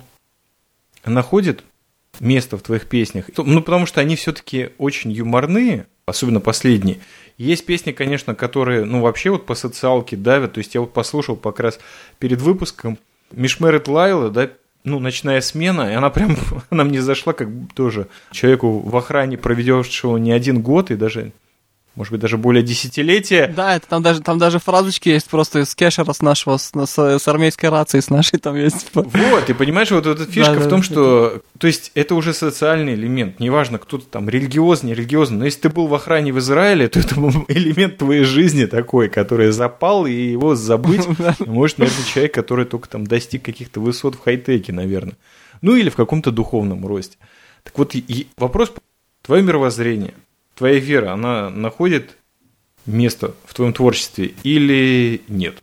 находит место в твоих песнях? Ну, потому что они все-таки очень юморные, особенно последние. Есть песни, конечно, которые, ну, вообще вот по социалке давят. То есть я вот послушал как раз перед выпуском Мишмерет Лайла, да, ну, ночная смена, и она прям, она мне зашла как тоже человеку в охране, проведевшего не один год и даже, может быть, даже более десятилетия. Да, это там даже, там даже фразочки есть просто из кешера с нашего, с, с, с армейской рации, с нашей там есть. Вот, ты понимаешь, вот эта фишка да, в том, да, что, это... то есть это уже социальный элемент, неважно, кто-то там религиозный, нерелигиозный, но если ты был в охране в Израиле, то это был элемент твоей жизни такой, который запал, и его забыть может, наверное, человек, который только там достиг каких-то высот в хай-теке, наверное, ну или в каком-то духовном росте. Так вот, вопрос, твое мировоззрение, твоя вера, она находит место в твоем творчестве или нет?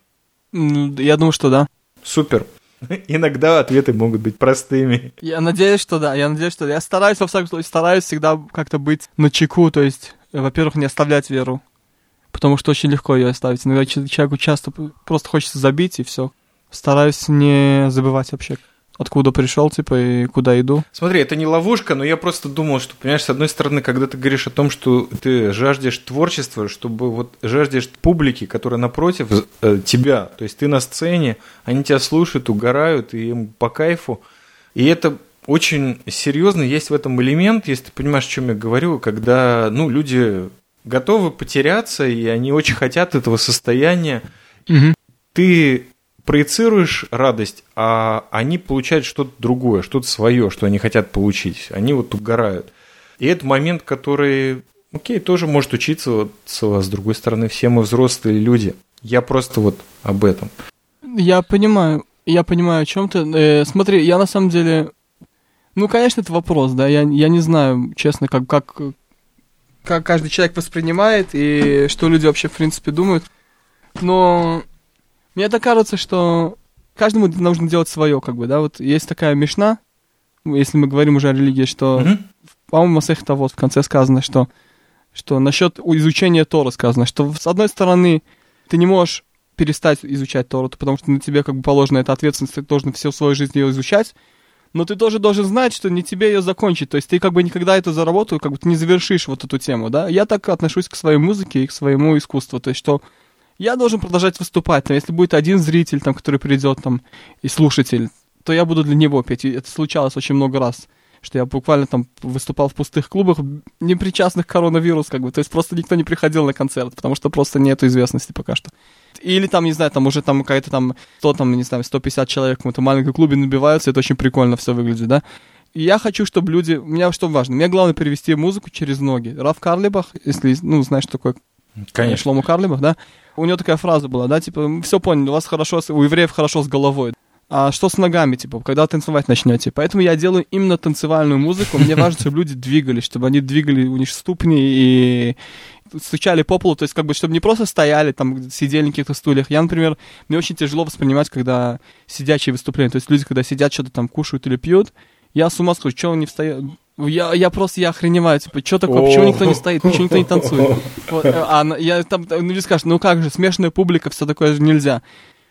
Я думаю, что да. Супер. Иногда ответы могут быть простыми. Я надеюсь, что да. Я надеюсь, что да. Я стараюсь, во всяком случае, стараюсь всегда как-то быть начеку, то есть, во-первых, не оставлять веру, потому что очень легко ее оставить. Иногда человеку часто просто хочется забить, и все. Стараюсь не забывать вообще, откуда пришел, типа, и куда иду. Смотри, это не ловушка, но я просто думал, что, понимаешь, с одной стороны, когда ты говоришь о том, что ты жаждешь творчества, чтобы вот жаждешь публики, которая напротив э, тебя, то есть ты на сцене, они тебя слушают, угорают, и им по кайфу, и это очень серьезно, есть в этом элемент, если ты понимаешь, о чем я говорю, когда, ну, люди готовы потеряться, и они очень хотят этого состояния. Угу. Ты проецируешь радость, а они получают что-то другое, что-то свое, что они хотят получить. Они вот угорают. И это момент, который, окей, тоже может учиться. Вот, с другой стороны, все мы взрослые люди. Я просто вот об этом. Я понимаю. Я понимаю, о чем ты. Э, смотри, я на самом деле... Ну, конечно, это вопрос, да. Я, я не знаю, честно, как, как, как каждый человек воспринимает и что люди вообще, в принципе, думают. Но... Мне так кажется, что каждому нужно делать свое, как бы, да, вот есть такая мишна, если мы говорим уже о религии, что, mm-hmm. по-моему, Масехет Авот в конце сказано, что, что насчет изучения Торы сказано, что, с одной стороны, ты не можешь перестать изучать Тору, потому что на тебе, как бы, положена эта ответственность, ты должен всю свою жизнь ее изучать, но ты тоже должен знать, что не тебе ее закончить, то есть ты, как бы, никогда эту заработу, как бы, ты не завершишь вот эту тему, да, я так отношусь к своей музыке и к своему искусству, то есть, что я должен продолжать выступать. Там, если будет один зритель, там, который придет, там, и слушатель, то я буду для него петь. И это случалось очень много раз. что я буквально там выступал в пустых клубах, не причастных к коронавирусу, как бы, то есть просто никто не приходил на концерт, потому что просто нету известности пока что. Или там, не знаю, там уже там какая-то там, сто, там, не знаю, сто пятьдесят человек в каком-то маленьком клубе набиваются, это очень прикольно все выглядит, да. И я хочу, чтобы люди, у меня что важно, мне главное перевести музыку через ноги. Раф Карлибах, если, ну, знаешь, что такое, конечно, Шломо Карлибах, да, у него такая фраза была, да, типа, все поняли, у вас хорошо, у евреев хорошо с головой. А что с ногами, типа, когда танцевать начнете? Поэтому я делаю именно танцевальную музыку. Мне важно, чтобы люди двигались, чтобы они двигали у них ступни и стучали по полу. То есть, как бы, чтобы не просто стояли, там, сидели на каких-то стульях. Я, например, мне очень тяжело воспринимать, когда сидячие выступления. То есть, люди, когда сидят, что-то там кушают или пьют, я с ума схожу, что они встают. Я, я просто, я охреневаю, типа, что такое, почему никто не стоит, почему никто не танцует? Вот, а я там, ну, люди скажут, ну как же, смешанная публика, все такое же нельзя.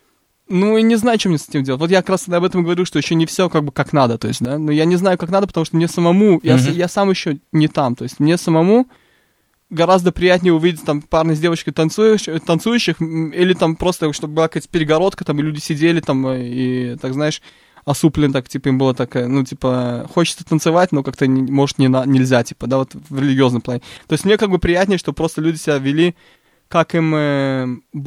Ну, и не знаю, что мне с этим делать. Вот я как раз об этом говорю, что еще не все как бы как надо, то есть, да. Но я не знаю, как надо, потому что мне самому, mm-hmm. я, я сам еще не там, то есть мне самому гораздо приятнее увидеть там парня с девочкой танцующих, танцующих или там просто, чтобы была какая-то перегородка, там, и люди сидели там, и, так знаешь, осуплен, так, типа, им было так, ну, типа, хочется танцевать, но как-то, не, может, не на, нельзя, типа, да, вот в религиозном плане. То есть мне как бы приятнее, что просто люди себя вели как им э,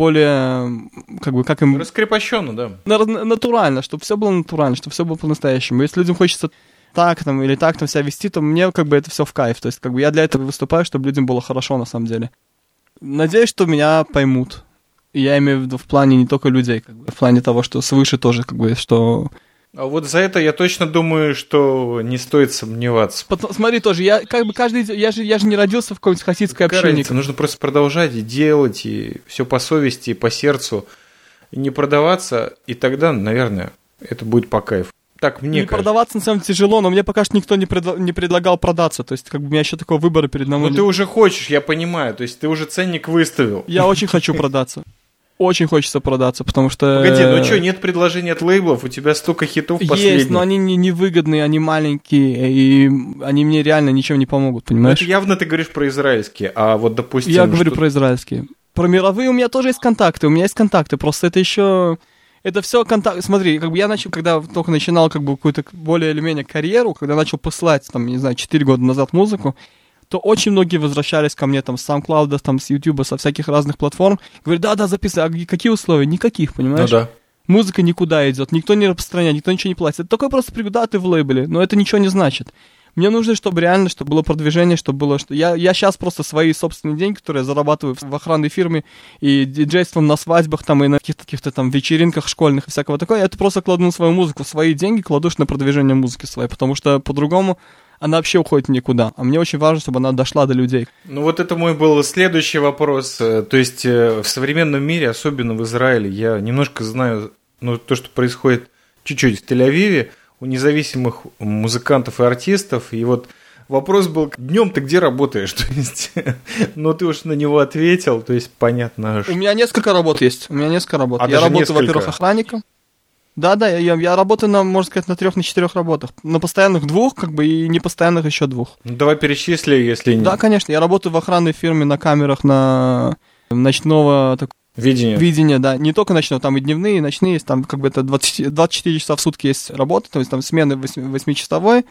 более, как бы, как им... Раскрепощенно, да. На- натурально, чтобы все было натурально, чтобы все было по-настоящему. Если людям хочется так там или так там себя вести, то мне как бы это все в кайф. То есть как бы я для этого выступаю, чтобы людям было хорошо на самом деле. Надеюсь, что меня поймут. И я имею в виду в плане не только людей, как бы, в плане того, что свыше тоже, как бы, что... А вот за это я точно думаю, что не стоит сомневаться. Потом, смотри, тоже, я как бы каждый, я же, я же не родился в какой-нибудь хасидской общине. Нужно просто продолжать и делать, и все по совести, и по сердцу, и не продаваться, и тогда, наверное, это будет по кайфу. Так мне не кажется. Продаваться, на самом деле, тяжело, но мне пока что никто не, предла- не предлагал продаться, то есть как бы у меня еще такого выбора перед нами. Ну ты уже хочешь, я понимаю, то есть ты уже ценник выставил. Я очень хочу продаться. Очень хочется продаться, потому что... Погоди, ну что, нет предложений от лейблов? У тебя столько хитов последних. Есть, но они не, невыгодные, они маленькие, и они мне реально ничем не помогут, понимаешь? Ну, это явно ты говоришь про израильские, а вот, допустим... Я говорю что... про израильские. Про мировые у меня тоже есть контакты, у меня есть контакты, просто это еще... Это все контакты. Смотри, как бы я начал, когда только начинал как бы какую-то более или менее карьеру, когда начал посылать, там, не знаю, четыре года назад музыку, то очень многие возвращались ко мне там с SoundCloud, там, с YouTube, со всяких разных платформ. Говорят, да-да, записывай. А какие условия? Никаких, понимаешь? Ну да. Музыка никуда идет, никто не распространяет, никто ничего не платит. Это такой просто прикол, да, ты в лейбле, но это ничего не значит. Мне нужно, чтобы реально, чтобы было продвижение, чтобы было... Что... Я, я сейчас просто свои собственные деньги, которые я зарабатываю в охранной фирме и диджейством на свадьбах там и на каких-то, каких-то там вечеринках школьных и всякого такого, я это просто кладу на свою музыку, свои деньги кладу на продвижение музыки своей, потому что по-другому она вообще уходит никуда. А мне очень важно, чтобы она дошла до людей. Ну вот это мой был следующий вопрос. То есть в современном мире, особенно в Израиле, я немножко знаю, ну, то, что происходит чуть-чуть в Тель-Авиве, у независимых музыкантов и артистов. И вот вопрос был, днем ты где работаешь? То есть, ну ты уж на него ответил, то есть понятно. У меня несколько работ есть. У меня несколько работ. А я работаю, несколько? во-первых, охранником. Да, да, я, я работаю на, можно сказать, на трех, на четырех работах. На постоянных двух, как бы, и непостоянных еще двух. Ну, давай перечисли, если... Да, конечно, я работаю в охранной фирме на камерах на ночного так, видения. видения, да, не только ночного, там и дневные, и ночные, там как бы это двадцать, двадцать четыре часа в сутки есть работа, то есть там смены восьмичасовой,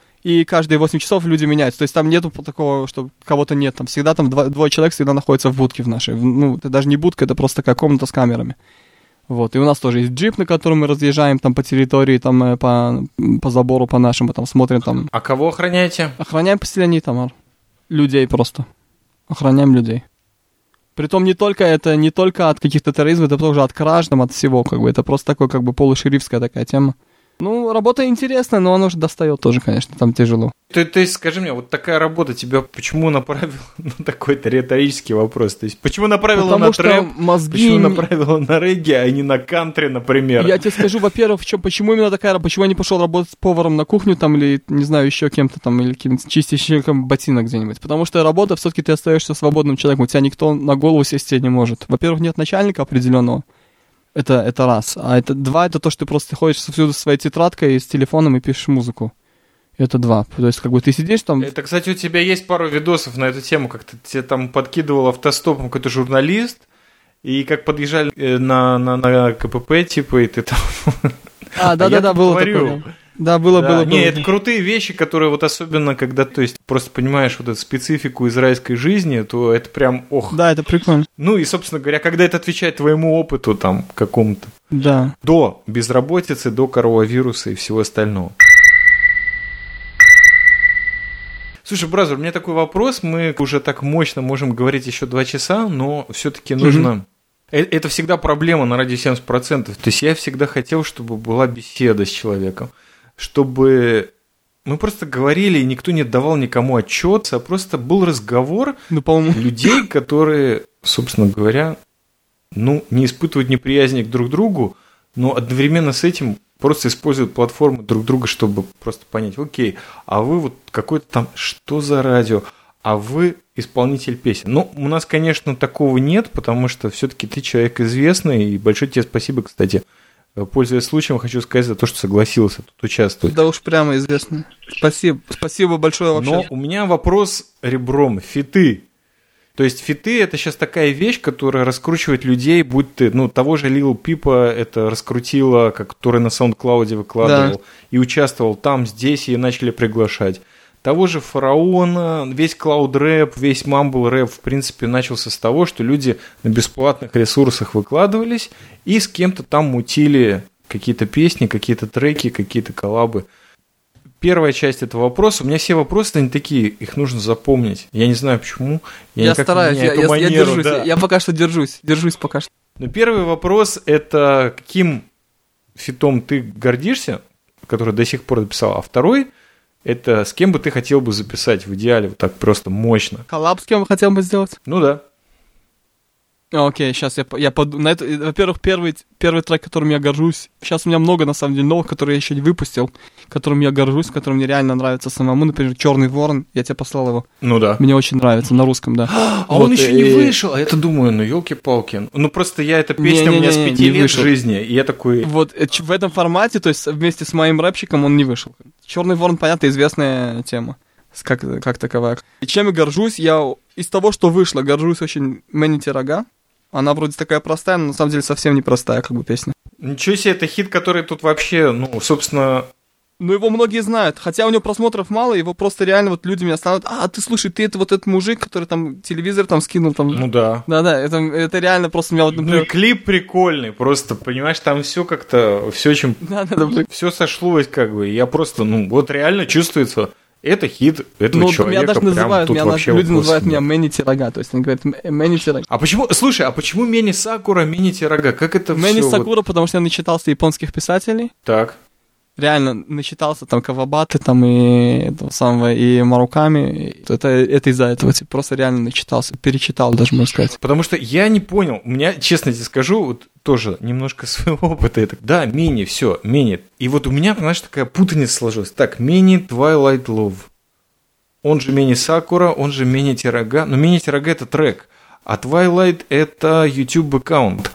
и каждые восемь часов люди меняются, то есть там нету такого, что кого-то нет, там всегда там два, двое человек всегда находятся в будке в нашей, ну, это даже не будка, это просто такая комната с камерами. Вот, и у нас тоже есть джип, на котором мы разъезжаем там по территории, там по, по забору, по нашему, там смотрим там. А кого охраняете? Охраняем поселение Тамар. Людей просто. Охраняем людей. Притом не только это, не только от каких-то терроризмов, это тоже от краж, там, от всего, как бы. Это просто такой, как бы, полушерифская такая тема. Ну, работа интересная, но она уже достает тоже, конечно, там тяжело. То, то есть, скажи мне, вот такая работа тебя почему направила на такой-то риторический вопрос? То есть, почему направила Потому на что трэп, мозги... почему направила на регги, а не на кантри, например? Я тебе скажу, во-первых, чё, почему именно такая работа, почему я не пошел работать поваром на кухню там или, не знаю, еще кем-то там, или каким-то чистильщиком ботинок где-нибудь. Потому что работа, все-таки ты остаешься свободным человеком, у тебя никто на голову сесть тебе не может. Во-первых, нет начальника определенного. Это, это раз. А это два, это то, что ты просто ходишь всюду со своей тетрадкой, с телефоном и пишешь музыку. Это два. То есть, как бы ты сидишь там... Это, кстати, у тебя есть пару видосов на эту тему, как ты тебе там подкидывал автостопом какой-то журналист, и как подъезжали на, на, на КПП, типа, и ты там... А, да-да-да, было такое. Да, было, да. было, Не, было. это крутые вещи, которые вот особенно, когда, то есть, просто понимаешь вот эту специфику израильской жизни, то это прям, ох. Да, это прикольно. Ну и, собственно говоря, когда это отвечает твоему опыту там какому-то. Да. До безработицы, до коронавируса и всего остального. Слушай, Бразер, у меня такой вопрос. Мы уже так мощно можем говорить еще два часа, но все-таки нужно... Mm-hmm. Это всегда проблема на радио семьдесят процентов. То есть я всегда хотел, чтобы была беседа с человеком. Чтобы мы просто говорили, и никто не давал никому отчет, а просто был разговор ну, по-моему... людей, которые, собственно говоря, ну, не испытывают неприязни друг к другу, но одновременно с этим просто используют платформы друг друга, чтобы просто понять, окей, а вы вот какой-то там, что за радио, а вы исполнитель песен. Ну, у нас, конечно, такого нет, потому что все-таки ты человек известный, и большое тебе спасибо, кстати. Пользуясь случаем, хочу сказать за то, что согласился тут участвовать. Да уж прямо известно. Спасибо. Спасибо большое вообще. Но у меня вопрос ребром. Фиты. То есть фиты — это сейчас такая вещь, которая раскручивает людей, будь ты, ну, того же Lil Peep это раскрутило, который на SoundCloud выкладывал, да. И участвовал там, здесь, и начали приглашать. Того же Фараона, весь клауд-рэп, весь мамбл-рэп, в принципе, начался с того, что люди на бесплатных ресурсах выкладывались и с кем-то там мутили какие-то песни, какие-то треки, какие-то коллабы. Первая часть этого вопроса. У меня все вопросы, они такие, их нужно запомнить. Я не знаю почему. Я, я стараюсь, я, я, манеру, я держусь. Да. Я, я пока что держусь, держусь пока что. Но первый вопрос – это каким фитом ты гордишься, который до сих пор написал, а второй – это с кем бы ты хотел бы записать в идеале вот так просто мощно. Коллаб с кем хотел бы сделать? Ну да. Окей, сейчас я, я подумаю. Во-первых, первый, первый трек, которым я горжусь. Сейчас у меня много, на самом деле, новых, которые я еще не выпустил, которым я горжусь, которым мне реально нравится самому. Например, «Черный ворон». Я тебе послал его. Ну да. Мне очень нравится, на русском, да. А вот, он еще и... не вышел. А я-то думаю, ну елки-палки. Ну просто я, эта песня не, не, у меня не, с пяти лет вышел. Жизни, и я такой... Вот в этом формате, то есть вместе с моим рэпчиком он не вышел. «Черный ворон», понятно, известная тема. Как, как таковая. И чем я горжусь? Я из того, что вышло, горжусь очень «Мэнити Рога». Она вроде такая простая, но на самом деле совсем не простая, как бы, песня. Ничего себе, это хит, который тут вообще, ну, собственно... Ну, его многие знают. Хотя у него просмотров мало, его просто реально вот люди меня станут... А, ты слушай, ты это вот этот мужик, который там телевизор там скинул там... Ну да. Да-да, это, это реально просто меня вот, например... Ну и клип прикольный, просто, понимаешь, там все как-то, все очень... Да-да-да. Все сошлось как бы, я просто, ну, вот реально чувствуется... Это хит этого ну, человека. Меня даже называют, меня вообще люди называют меня Мэнити Рога, то есть они говорят Мэнити Рога. А почему, слушай, а почему Мени Сакура, Мэнити Рога? Как это все? Мени Сакура, вот... потому что я начитался японских писателей. Так. Реально начитался там Кавабаты, там и этого самого, и Маруками. Это, это из-за этого, типа, просто реально начитался, перечитал даже, можно сказать. Потому что я не понял, у меня, честно тебе скажу, вот тоже немножко своего опыта. Это, да, Мени, все, Мени. И вот у меня, понимаешь, такая путаница сложилась. Так, Мени Twilight Love. Он же Мени Сакура, он же Мэнити Рога. Но Мэнити Рога это трек, а Twilight это YouTube аккаунт.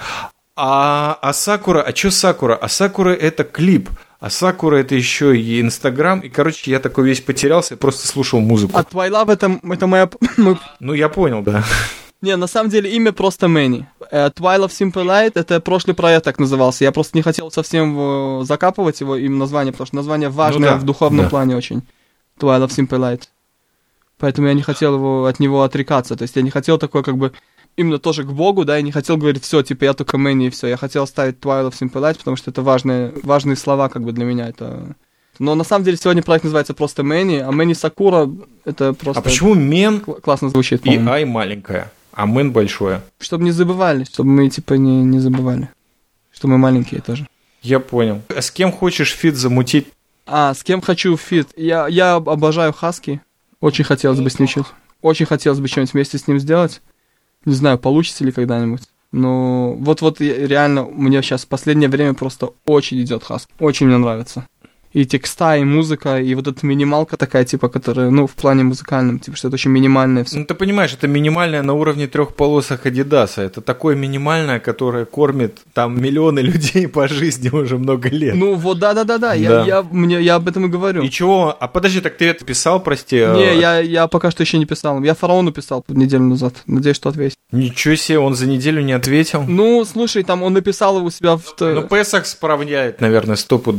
А, а Сакура, а что Сакура? А Сакура это клип. А Сакура это еще и Инстаграм. И, короче, я такой весь потерялся и просто слушал музыку. А Twilight это, это моя... Ну, я понял, да. Не, на самом деле имя просто Мэнни. Twilight Simple Light — это прошлый проект так назывался. Я просто не хотел совсем закапывать его, им название, потому что название важное ну, да, в духовном да. плане очень. Twilight Simple Light. Поэтому я не хотел его, от него отрекаться. То есть я не хотел такой как бы... Именно тоже к Богу, да, я не хотел говорить, все, типа, я только Мэнни и все. Я хотел ставить Twilight Simple Light, потому что это важные, важные слова, как бы, для меня. Это... Но на самом деле сегодня проект называется просто Мэнни, а Мэнни Сакура это просто... А почему Мен классно звучит, и Ай маленькая, а Мэн большое? Чтобы не забывали, чтобы мы, типа, не, не забывали. Что мы маленькие тоже. Я понял. А с кем хочешь фит замутить? А, с кем хочу фит? Я, я обожаю Хаски. Очень хотелось бы с ним что-то... Очень хотелось бы что-нибудь вместе с ним сделать. Не знаю, получится ли когда-нибудь. Но вот-вот реально мне сейчас в последнее время просто очень идет Хаски. Очень мне нравится. И текста, и музыка, и вот эта минималка такая, типа, которая, ну, в плане музыкальном, типа, что это очень минимальное все. Ну, ты понимаешь, это минимальное на уровне трех полосах Адидаса. Это такое минимальное, которое кормит там миллионы людей по жизни уже много лет. Ну, вот, да-да-да-да, да. я, я, мне, я об этом и говорю. И чего? А подожди, так ты это писал, прости? Не, я, я пока что еще не писал. Я Фараону писал неделю назад. Надеюсь, что ответит. Ничего себе, он за неделю не ответил? Ну, слушай, там он написал его у себя в... Ну, Песах справляет, наверное, сто пудов.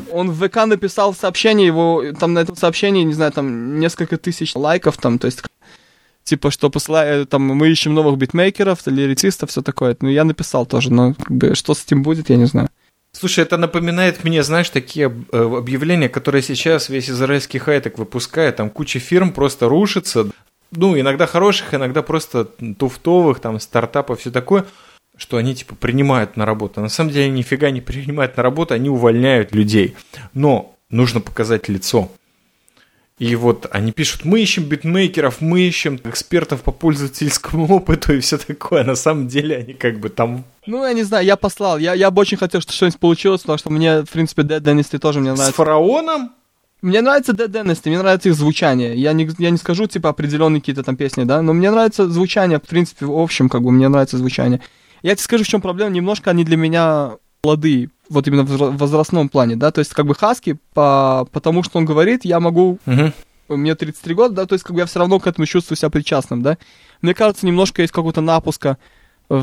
Он в ВК написал сообщение, его там на этом сообщении, не знаю, там несколько тысяч лайков, там, то есть, типа, что посылает, там, мы ищем новых битмейкеров, лирицистов, все такое. Ну, я написал тоже, но, как бы, что с этим будет, я не знаю. Слушай, это напоминает мне, знаешь, такие объявления, которые сейчас весь израильский хай-тек выпускает, там куча фирм просто рушится, ну, иногда хороших, иногда просто туфтовых, там, стартапов, все такое, что они, типа, принимают на работу. На самом деле, нифига не принимают на работу, они увольняют людей. Но нужно показать лицо. И вот они пишут, мы ищем битмейкеров, мы ищем экспертов по пользовательскому опыту и все такое. На самом деле они как бы там... Ну, я не знаю, я послал. Я, я бы очень хотел, чтобы что-нибудь получилось, потому что мне, в принципе, Dead Dynasty тоже мне нравится. С фараоном? Мне нравится Dead Dynasty, мне нравится их звучание. Я не, я не скажу, типа, определенные какие-то там песни, да, но мне нравится звучание, в принципе, в общем, как бы, мне нравится звучание. Я тебе скажу, в чем проблема. Немножко они для меня молодые, вот именно в возрастном плане, да, то есть, как бы, Хаски, по, потому что он говорит, я могу, uh-huh. мне тридцать три года, да, то есть, как бы, я все равно к этому чувствую себя причастным, да. Мне кажется, немножко есть какого-то напуска в,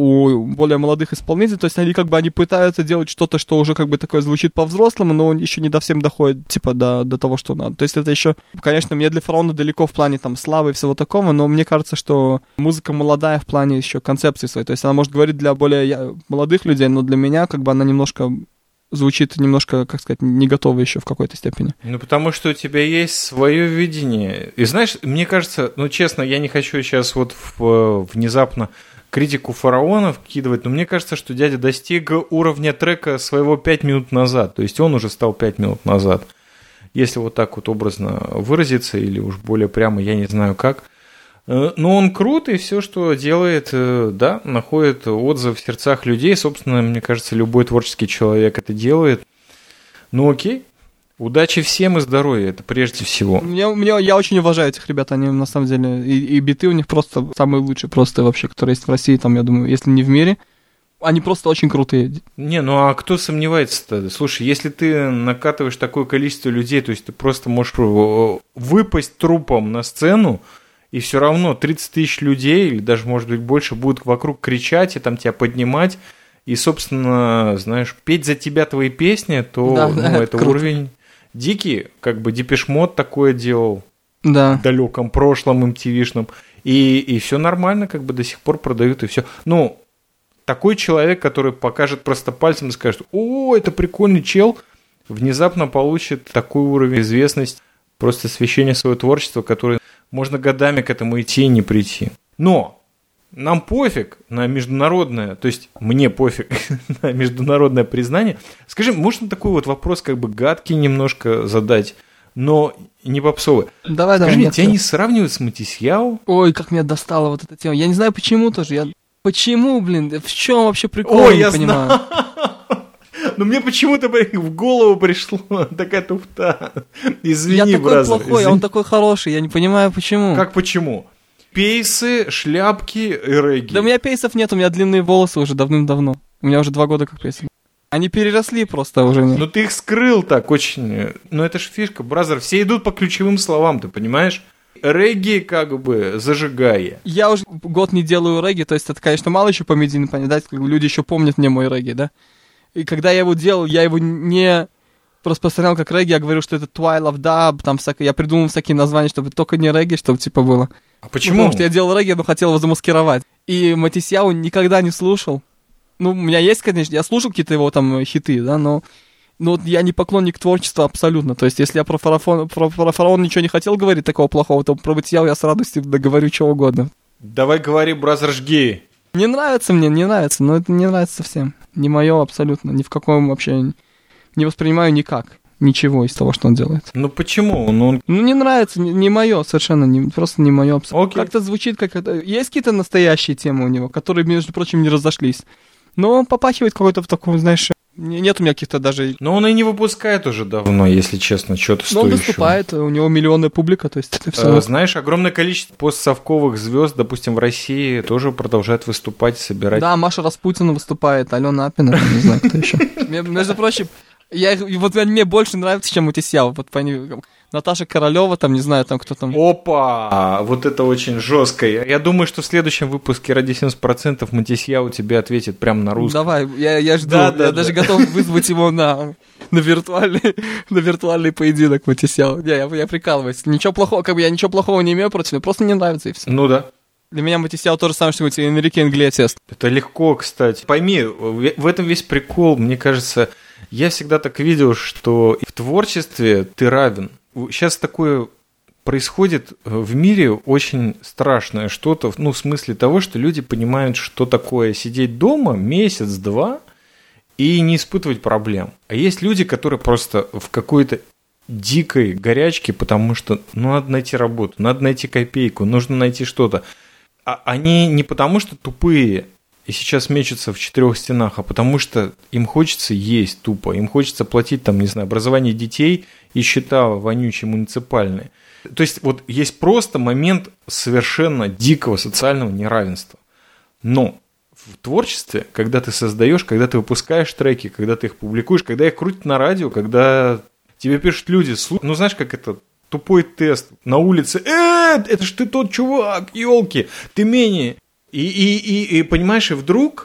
у более молодых исполнителей, то есть, они, как бы, они пытаются делать что-то, что уже, как бы, такое звучит по-взрослому, но он еще не до всем доходит, типа, до, до того, что надо. То есть, это еще, конечно, мне для фараона далеко в плане, там, славы и всего такого, но мне кажется, что музыка молодая в плане еще концепции своей, то есть, она может говорить для более молодых людей, но для меня, как бы, она немножко звучит немножко, как сказать, не готова еще в какой-то степени. Ну, потому что у тебя есть свое видение. И знаешь, мне кажется, ну, честно, я не хочу сейчас вот в, внезапно критику фараона вкидывать, но мне кажется, что дядя достиг уровня трека своего пять минут назад. То есть он уже стал пять минут назад. Если вот так вот образно выразиться, или уж более прямо, я не знаю как. Но он крут, и все, что делает, да, находит отзыв в сердцах людей. Собственно, мне кажется, любой творческий человек это делает. Ну окей. Удачи всем и здоровья, это прежде всего. Мне, мне, я очень уважаю этих ребят, они на самом деле, и, и биты у них просто самые лучшие, просто вообще, которые есть в России, там, я думаю, если не в мире. Они просто очень крутые. Не, ну а кто сомневается-то? Слушай, если ты накатываешь такое количество людей, то есть ты просто можешь выпасть трупом на сцену, и все равно тридцать тысяч людей, или даже, может быть, больше, будут вокруг кричать и там тебя поднимать, и, собственно, знаешь, петь за тебя твои песни, то да, ну, да, это круто. Уровень дикий, как бы Депеш Мод такое делал да. в далеком прошлом эм ти ви-шном, и, и все нормально, как бы до сих пор продают, и все. Ну, такой человек, который покажет просто пальцем и скажет, о, это прикольный чел, внезапно получит такой уровень известности, просто освещение своего творчества, которое можно годами к этому идти и не прийти. Но нам пофиг на международное, то есть мне пофиг на международное признание. Скажи, можно такой вот вопрос как бы гадкий немножко задать, но не попсовый? Давай, Скажи, давай. Тебя не сравнивают с Матисьяу? Ой, как меня достала вот эта тема. Я не знаю, почему тоже. Я... Почему, блин? В чем вообще прикол? Ой, я не не понимаю. Но мне почему-то в голову пришло такая туфта. Извини, я такой бразер, плохой, извини. А он такой хороший. Я не понимаю, почему. Как почему? Пейсы, шляпки и регги. Да у меня пейсов нет, у меня длинные волосы уже давным-давно. У меня уже два года как пейсы. Они переросли просто уже. Ну ты их скрыл так очень. Ну это ж фишка, бразер. Все идут по ключевым словам, ты понимаешь? Регги как бы зажигая. Я уже год не делаю регги, то есть это, конечно, мало еще по медийной понять, как бы люди еще помнят мне мой регги, да? И когда я его делал, я его не распространял как регги, я говорил, что это Twilight of Dub, там всякое, я придумал всякие названия, чтобы только не регги, чтобы типа было. А почему? Ну, потому что я делал регги, но хотел его замаскировать. И Матисьяу никогда не слушал. Ну, у меня есть, конечно, я слушал какие-то его там хиты, да, но... Ну, вот я не поклонник творчества абсолютно. То есть, если я про фараон, про, про фараон ничего не хотел говорить такого плохого, то про Матисьяу я с радостью договорю чего угодно. Давай говори, бразер, жги. Не нравится мне, не нравится, но это не нравится совсем. Не мое абсолютно, ни в каком вообще... Не воспринимаю никак, ничего из того, что он делает. Ну почему? Ну, он... ну не нравится, не, не мое совершенно, не, просто не мое абсолютно. Okay. Как-то звучит как... это. Есть какие-то настоящие темы у него, которые, между прочим, не разошлись. Но он попахивает какой-то в таком, знаешь... Нет у меня каких-то даже... Но он и не выпускает уже давно, если честно, что-то стоящего. Но он выступает, у него миллионная публика, то есть это все... А, знаешь, огромное количество постсовковых звезд, допустим, в России тоже продолжают выступать, собирать... Да, Маша Распутина выступает, Алена Апина, не знаю, кто еще. Между прочим, я, вот мне больше нравится, чем Матисьяу. Вот, Наташа Королева, там, не знаю, там кто там. Опа! Вот это очень жестко. Я думаю, что в следующем выпуске «Ради семьдесят процентов» Матисьяу тебе ответит прямо на русском. Давай, я, я жду. Да, я да, даже да. готов вызвать его на, на, виртуальный, на виртуальный поединок Матисьяу. Не, я, я прикалываюсь. Ничего плохого, как бы я ничего плохого не имею против, мне просто не нравится и все. Ну да. Для меня Матисьяу то же самое, что Энрике Иглесиас. Это легко, кстати. Пойми, в этом весь прикол, мне кажется, я всегда так видел, что в творчестве ты равен. Сейчас такое происходит в мире очень страшное что-то, ну, в смысле того, что люди понимают, что такое сидеть дома месяц-два и не испытывать проблем. А есть люди, которые просто в какой-то дикой горячке, потому что ну, надо найти работу, надо найти копейку, нужно найти что-то. А они не потому, что тупые и сейчас мечутся в четырех стенах, а потому что им хочется есть тупо, им хочется платить, там, не знаю, образование детей и счета вонючие муниципальные. То есть вот есть просто момент совершенно дикого социального неравенства. Но в творчестве, когда ты создаешь, когда ты выпускаешь треки, когда ты их публикуешь, когда их крутят на радио, когда тебе пишут люди, ну знаешь, как это тупой тест на улице, э, это ж ты тот чувак, елки, ты менее. И, и, и, и понимаешь, и вдруг,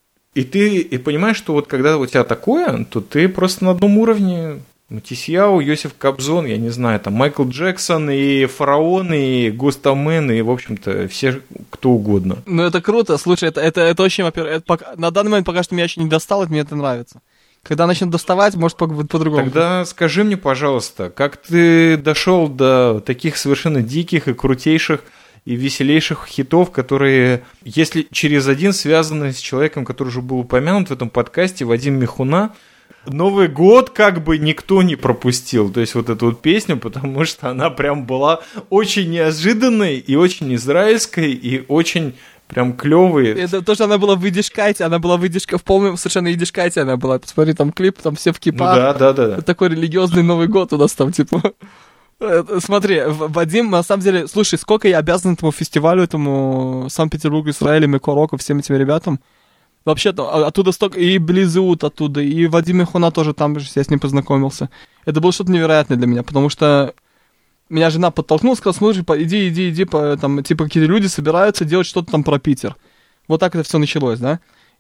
и ты и понимаешь, что вот когда у тебя такое, то ты просто на одном уровне. Матисьяу, Йосиф Кобзон, я не знаю, там Майкл Джексон, и Фараон, и Густамен, и, в общем-то, все кто угодно. Ну, это круто. Слушай, это, это, это очень, во-первых, это пока, на данный момент пока что меня еще не достало, мне это нравится. Когда начнет доставать, может, будет по-другому. Тогда скажи мне, пожалуйста, как ты дошел до таких совершенно диких и крутейших и веселейших хитов, которые, если через один связаны с человеком, который уже был упомянут в этом подкасте, Вадим Михуна, Новый год как бы никто не пропустил, то есть вот эту вот песню, потому что она прям была очень неожиданной и очень израильской, и очень прям клевой. Это то, что она была в идишкайте, она была в идишкайте, в полном совершенно идишкайте она была. Посмотри, там клип, там все в кипах. Ну да, да, да. да. Такой религиозный Новый год у нас там, типа... Смотри, Вадим, на самом деле, слушай, сколько я обязан этому фестивалю, этому Санкт-Петербург, Израиль, Микороку, всем этим ребятам. Вообще-то, оттуда столько, и Близут оттуда, и Вадим Михуна тоже там же, я с ним познакомился. Это было что-то невероятное для меня, потому что меня жена подтолкнула, сказала, смотри, иди, иди, иди, по, там, типа, какие-то люди собираются делать что-то там про Питер. Вот так это все началось, да?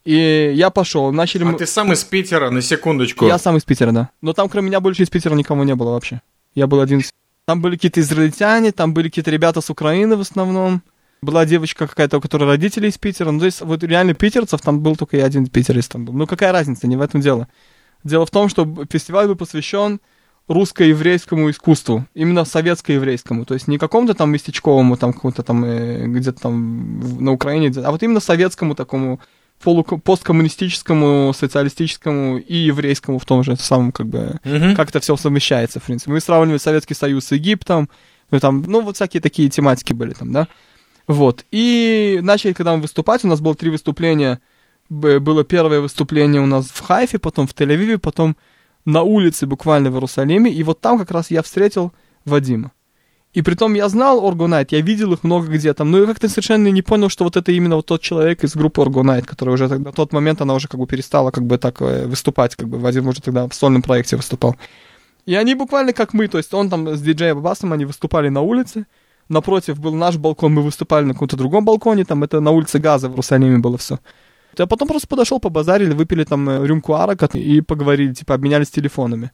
И я пошел, начали... А ты сам из Питера, на секундочку. Я сам из Питера, да. Но там, кроме меня, больше из Питера никого не было вообще. Я был один. Там были какие-то израильтяне, там были какие-то ребята с Украины в основном. Была девочка какая-то, у которой родители из Питера. Ну, то есть, вот реально питерцев, там был только я один питерист там был. Ну, какая разница, не в этом дело. Дело в том, что фестиваль был посвящен русско-еврейскому искусству. Именно советско-еврейскому. То есть, не какому-то там местечковому, там, какому-то там, э, где-то там на Украине, а вот именно советскому такому, полу- посткоммунистическому, социалистическому и еврейскому в том же самом, как бы, Угу. как это все совмещается, в принципе. Мы сравнивали Советский Союз с Египтом, ну, там, ну, вот всякие такие тематики были там, да. Вот, и начали, когда мы выступать, у нас было три выступления, было первое выступление у нас в Хайфе, потом в Тель-Авиве, потом на улице буквально в Иерусалиме, и вот там как раз я встретил Вадима. И притом я знал Orgonite, я видел их много где там, но я как-то совершенно не понял, что вот это именно вот тот человек из группы Orgonite, который уже на тот момент, она уже как бы перестала как бы так выступать, как бы Вадим уже тогда в сольном проекте выступал. И они буквально как мы, то есть он там с диджеем Аббасом, они выступали на улице, напротив был наш балкон, мы выступали на каком-то другом балконе, там это на улице Газа в Иерусалиме было все. А потом просто подошел, побазарили, выпили там рюмку арака и поговорили, типа обменялись телефонами.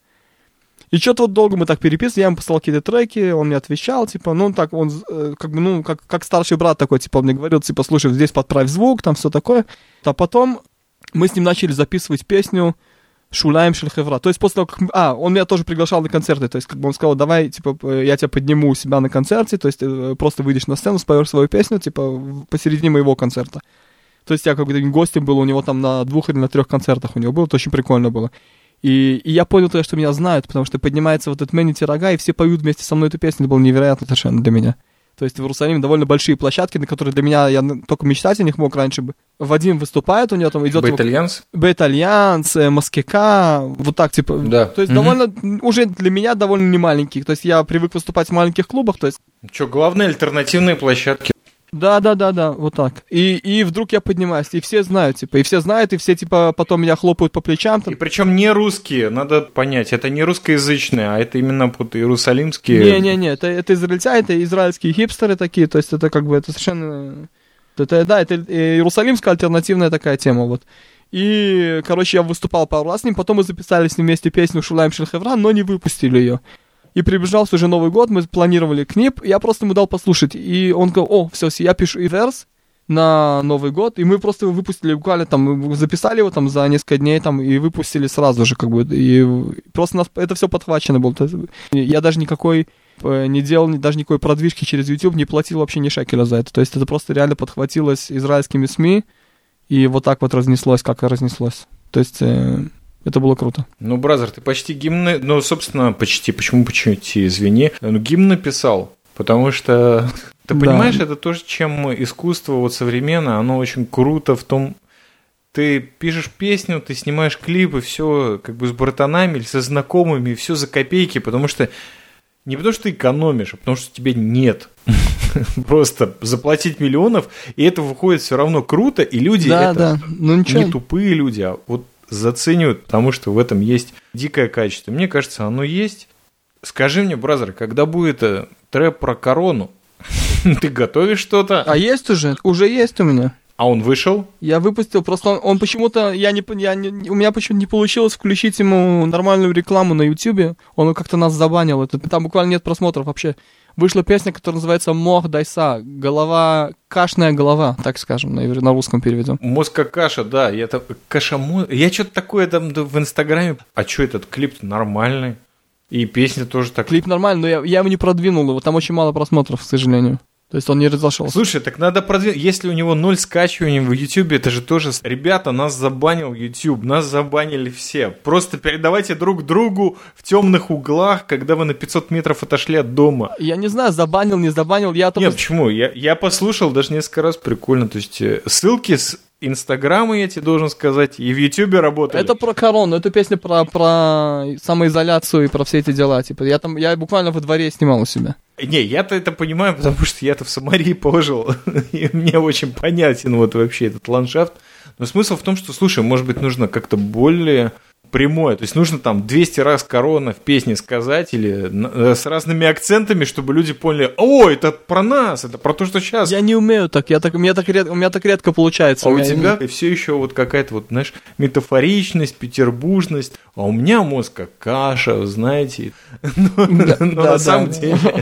И что-то вот долго мы так переписывали, я ему послал какие-то треки, он мне отвечал, типа, ну, так, он, как бы, ну, как, как старший брат такой, типа, он мне говорил, типа, слушай, здесь подправь звук, там все такое. А потом мы с ним начали записывать песню «Шулаем Шельхевра». То есть после того, как... Мы... А, он меня тоже приглашал на концерты, то есть, как бы он сказал, давай, типа, я тебя подниму у себя на концерте, то есть, просто выйдешь на сцену, споешь свою песню, типа, посередине моего концерта. То есть я как бы гостем был у него там на двух или на трех концертах у него было, это очень прикольно было. И, и я понял тогда, что меня знают, потому что поднимается вот этот Мэнити Рога, и все поют вместе со мной эту песню, это было невероятно совершенно для меня. То есть в Иерусалиме довольно большие площадки, на которые для меня, я только мечтать о них мог раньше бы. Вадим выступает, у него там идет... Б-Итальянс? Б-Итальянс, Маскека, вот так типа. Да. То есть Угу. довольно, уже для меня довольно не маленький. То есть я привык выступать в маленьких клубах, то есть... Что, главные альтернативные площадки? Да, да, да, да, вот так. И, и вдруг я поднимаюсь, и все знают, типа, и все знают, и все, типа, потом меня хлопают по плечам. Там. И причем не русские, надо понять, это не русскоязычные, а это именно вот иерусалимские. Не-не-не, это, это израильтяне, это израильские хипстеры такие, то есть это как бы, это совершенно... Это, да, это иерусалимская альтернативная такая тема, вот. И, короче, я выступал пару раз с ним, потом мы записали с ним вместе песню «Шулаем Шельхевран», но не выпустили ее. И приближался уже Новый год, мы планировали клип, я просто ему дал послушать. И он говорил, о, все, я пишу и верс на Новый год, и мы просто его выпустили буквально там, мы записали его там за несколько дней там и выпустили сразу же, как бы, и просто нас это все подхвачено было. Я даже никакой не делал, даже никакой продвижки через YouTube, не платил вообще ни шекеля за это. То есть это просто реально подхватилось израильскими СМИ, и вот так вот разнеслось, как разнеслось. То есть... Это было круто. Ну, бразер, ты почти гимн... Ну, собственно, почти. Почему почти, извини. Ну, гимн написал. Потому что, ты да. понимаешь, это тоже, чем искусство вот современное, оно очень круто в том... Ты пишешь песню, ты снимаешь клипы, все как бы с братанами или со знакомыми, все за копейки, потому что... Не потому что ты экономишь, а потому что тебя нет. Просто заплатить миллионов, и это выходит все равно круто, и люди да, это да. Ну, не тупые люди, а вот заценивают, потому что в этом есть дикое качество. Мне кажется, оно есть. Скажи мне, бразер, когда будет трэп про корону? Ты готовишь что-то? А есть уже? Уже есть у меня. А он вышел? Я выпустил, просто он, он почему-то, я не, я не, у меня почему-то не получилось включить ему нормальную рекламу на Ютубе. Он как-то нас забанил. Это, там буквально нет просмотров вообще. Вышла песня, которая называется «Мох дайса», голова, кашная голова, так скажем, на, на русском переведем. Мозг как каша, да, я там, каша мозг, я что-то такое там в Инстаграме, а что этот клип нормальный, и песня тоже так. Клип нормальный, но я, я его не продвинул, его там очень мало просмотров, к сожалению. То есть он не разошелся. Слушай, так надо продвинуть. Если у него ноль скачиваний в Ютубе, это же тоже... Ребята, нас забанил Ютуб, нас забанили все. Просто передавайте друг другу в темных углах, когда вы на пятьсот метров отошли от дома. Я не знаю, забанил, не забанил. Я Нет, почему? Я, я послушал даже несколько раз, прикольно. То есть ссылки с Инстаграма, я тебе должен сказать, и в Ютубе работали. Это про корону, это песня про, про самоизоляцию и про все эти дела. Типа, я там, я буквально во дворе снимал у себя. Не, я-то это понимаю, потому что я-то в Самарии пожил, и мне очень понятен вот вообще этот ландшафт. Но смысл в том, что, слушай, может быть, нужно как-то более прямое, то есть нужно там двести раз корона в песне сказать или с разными акцентами, чтобы люди поняли, о, это про нас, это про то, что сейчас. Я не умею так, я так, у меня так редко, у меня так редко получается. А у тебя не... все еще вот какая-то вот, знаешь, метафоричность, петербуржность, а у меня мозг как каша, знаете, но на самом деле...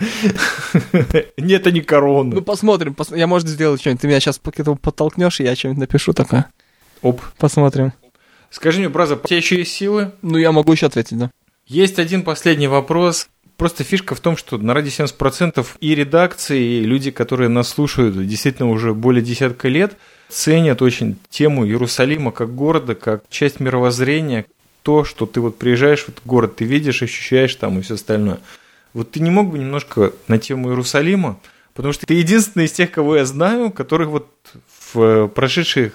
Нет, это не корона. Ну, посмотрим, я, может, сделаю что-нибудь, ты меня сейчас к этому подтолкнешь, и я что-нибудь напишу такое. Оп. Посмотрим. Скажи мне, бразер, у тебя еще есть силы? Ну, я могу еще ответить, да. Есть один последний вопрос. Просто фишка в том, что на радио семьдесят процентов и редакции, и люди, которые нас слушают действительно уже более десятка лет, ценят очень тему Иерусалима как города, как часть мировоззрения, то, что ты вот приезжаешь в этот город, ты видишь, ощущаешь там и все остальное. Вот ты не мог бы немножко на тему Иерусалима, потому что ты единственный из тех, кого я знаю, который вот в прошедших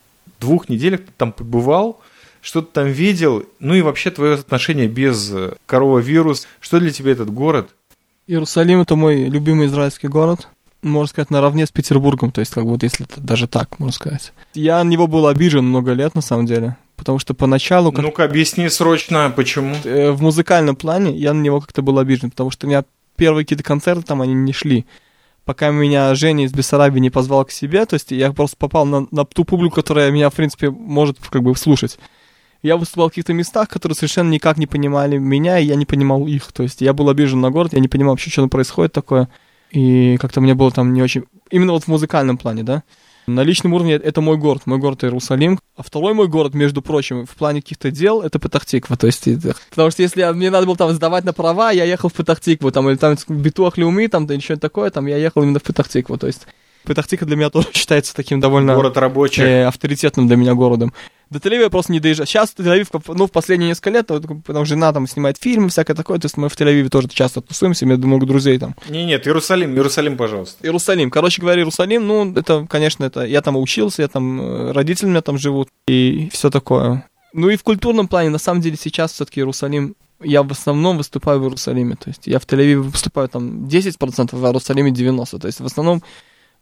двух неделях там побывал, что-то там видел, ну и вообще твое отношение без коронавируса. Что для тебя этот город? Иерусалим — это мой любимый израильский город. Можно сказать, наравне с Петербургом, то есть, как вот если это даже так, можно сказать. Я на него был обижен много лет, на самом деле, потому что поначалу... Как... Ну-ка, объясни срочно, почему? В музыкальном плане я на него как-то был обижен, потому что у меня первые какие-то концерты там, они не шли. Пока меня Женя из Бессарабии не позвал к себе, то есть я просто попал на, на ту публику, которая меня, в принципе, может как бы слушать. Я выступал в каких-то местах, которые совершенно никак не понимали меня, и я не понимал их. То есть я был обижен на город, я не понимал вообще, что там происходит такое. И как-то мне было там не очень... Именно вот в музыкальном плане, да. На личном уровне это мой город, мой город Иерусалим. А второй мой город, между прочим, в плане каких-то дел, это Петах-Тиква. То есть, потому что если мне надо было там сдавать на права, я ехал в Петах-Тикву, там, или там Битуах Леуми, там, да что-нибудь такое, там, я ехал именно в Петах-Тикву. То есть Петах-Тиква для меня тоже считается таким довольно... Город рабочих. Э, авторитетным для меня городом. До Тель-Авива я просто не доезжал. Сейчас Тель-Авив, ну, в последние несколько лет, потому что жена там снимает фильмы, всякое такое, то есть мы в Тель-Авиве тоже часто тусуемся, у меня много друзей там. Не, нет, Иерусалим, Иерусалим, пожалуйста. Иерусалим. Короче говоря, Иерусалим, ну, это, конечно, это... Я там учился, я там... Родители у меня там живут, и все такое. Ну, и в культурном плане, на самом деле, сейчас все-таки Иерусалим... Я в основном выступаю в Иерусалиме, то есть я в Тель-Авиве выступаю там десять процентов, а в Иерусалиме девяносто процентов. То есть в основном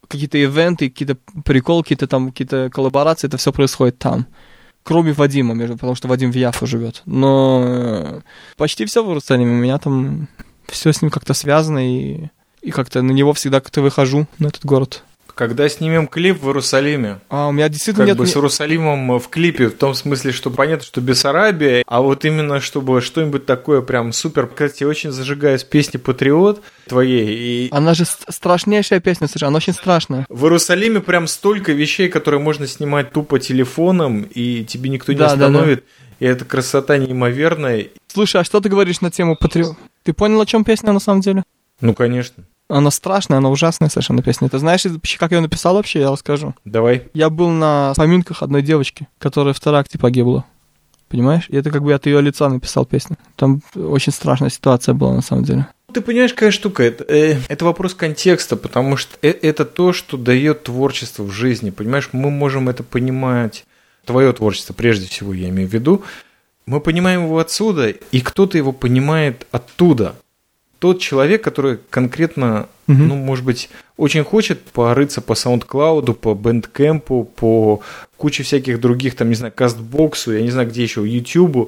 какие-то ивенты, какие-то приколы, какие-то там, какие-то коллаборации, это все происходит там. Кроме Вадима, между, потому что Вадим в Яфу живет. Но почти все в Иерусалиме. У меня там все с ним как-то связано, и, и как-то на него всегда как-то выхожу, на этот город. Когда снимем клип в Иерусалиме, а, у меня действительно как нет... бы с Иерусалимом в клипе, в том смысле, что понятно, что Бессарабия, а вот именно чтобы что-нибудь такое прям супер, кстати, очень зажигаюсь песни «Патриот» твоей. И... Она же страшнейшая песня, слушай, она очень страшная. В Иерусалиме прям столько вещей, которые можно снимать тупо телефоном, и тебе никто не да, остановит, да, да. И это красота неимоверная. Слушай, а что ты говоришь на тему «Патриот»? Ты понял, о чем песня на самом деле? Ну, конечно. Она страшная, она ужасная совершенно песня. Ты знаешь, как я ее написал вообще, я расскажу. Давай. Я был на поминках одной девочки, которая в теракте погибла. Понимаешь? И это как бы от ее лица написал песню. Там очень страшная ситуация была на самом деле. Ты понимаешь, какая штука? Это, э, это вопрос контекста, потому что э, это то, что дает творчество в жизни. Понимаешь, мы можем это понимать. Твое творчество, прежде всего, я имею в виду. Мы понимаем его отсюда, и кто-то его понимает оттуда. Тот человек, который конкретно, угу. ну, может быть, очень хочет порыться по SoundCloud, по Bandcamp, по куче всяких других, там, не знаю, Кастбоксу, я не знаю, где еще, Ютубу.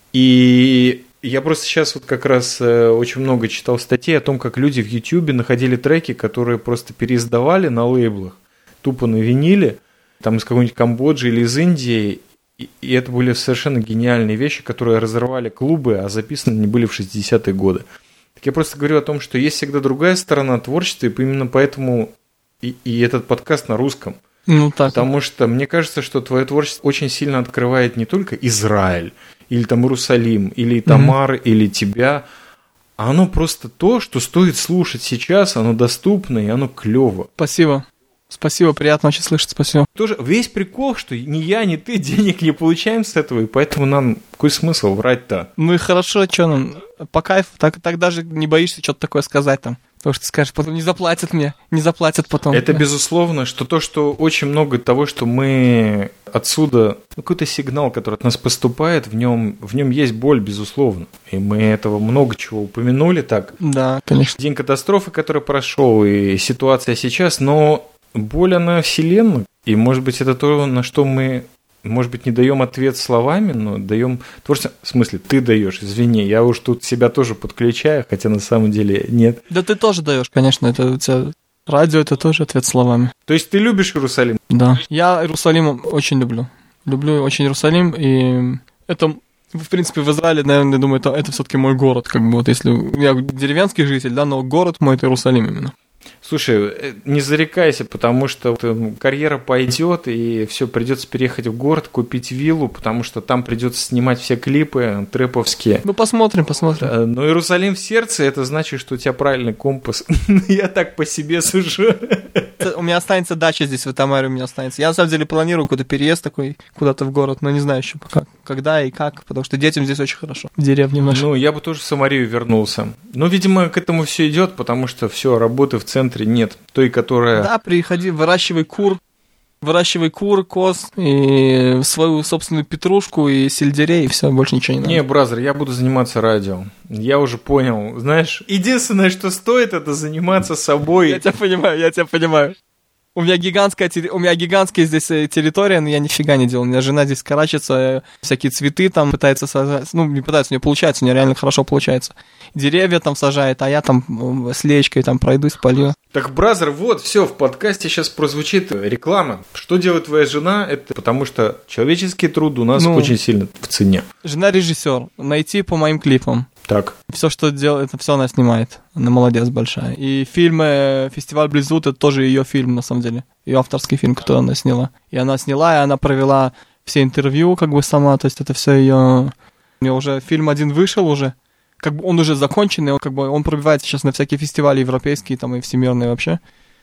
И я просто сейчас вот как раз очень много читал статей о том, как люди в Ютубе находили треки, которые просто переиздавали на лейблах, тупо на виниле, там из какой-нибудь Камбоджи или из Индии. И это были совершенно гениальные вещи, которые разорвали клубы, а записаны они были в шестидесятые годы. Так я просто говорю о том, что есть всегда другая сторона творчества, и именно поэтому и, и этот подкаст на русском. Ну, так. Потому что мне кажется, что твое творчество очень сильно открывает не только Израиль, или там Иерусалим, или Тамар, mm-hmm. или тебя, а оно просто то, что стоит слушать сейчас, оно доступно, и оно клево. Спасибо. Спасибо, приятно очень слышать, спасибо. Тоже весь прикол, что ни я, ни ты денег не получаем с этого, и поэтому нам какой смысл врать-то? Ну и хорошо, что нам, по кайфу, так, так даже не боишься что-то такое сказать там. Потому что ты скажешь, потом не заплатят мне, не заплатят потом. Это безусловно, что то, что очень много того, что мы отсюда, ну, какой-то сигнал, который от нас поступает, в нем, в нем есть боль, безусловно. И мы этого много чего упомянули так. Да, конечно. День катастрофы, который прошел, и ситуация сейчас, но боль, она вселенная. И, может быть, это то, на что мы, может быть, не даем ответ словами, но даем творчество. В смысле, ты даешь, извини, я уж тут себя тоже подключаю, хотя на самом деле нет. Да ты тоже даешь, конечно, это у тебя радио, это тоже ответ словами. То есть ты любишь Иерусалим? Да. Я Иерусалим очень люблю. Люблю очень Иерусалим, и это, в принципе, в Израиле, наверное, я думаю, это, это все-таки мой город, как бы вот если я деревенский житель, да, но город мой это Иерусалим именно. Слушай, не зарекайся, потому что карьера пойдет, и все, придется переехать в город, купить виллу, потому что там придется снимать все клипы трэповские. Ну, посмотрим, посмотрим. Но Иерусалим в сердце, это значит, что у тебя правильный компас. Я так по себе сужу. У меня останется дача здесь, в Тамаре у меня останется. Я, на самом деле, планирую какой-то переезд такой куда-то в город, но не знаю еще пока, когда и как, потому что детям здесь очень хорошо. В деревне нашей. Ну, я бы тоже в Самарию вернулся. Но, видимо, к этому все идет, потому что все, работы в центре нет. Той, которая... Да, приходи, выращивай кур, выращивай кур, коз, и свою собственную петрушку, и сельдерей, и все, больше ничего не надо. Не, бразер, я буду заниматься радио. Я уже понял. Знаешь, единственное, что стоит, это заниматься собой. Я тебя понимаю, я тебя понимаю. У меня гигантская, у меня гигантская здесь территория, но я нифига не делал. У меня жена здесь карачится, всякие цветы там пытается сажать. Ну, не пытается, у нее получается, у нее реально хорошо получается. Деревья там сажает, а я там с леечкой там пройдусь, полью. Так, бразер, вот, все, в подкасте сейчас прозвучит реклама. Что делает твоя жена? Это потому что человеческий труд у нас ну, очень сильно в цене. Жена режиссер. Найти по моим клипам. Так. Все, что делает, это все она снимает. Она молодец большая. И фильм «Фестиваль Близут» — это тоже ее фильм, на самом деле. Ее авторский фильм, который она сняла. И она сняла, и она провела все интервью как бы сама. То есть это все ее... У нее уже фильм один вышел уже. Как бы он уже законченный. Он, как бы, он пробивается сейчас на всякие фестивали европейские там, и всемирные вообще.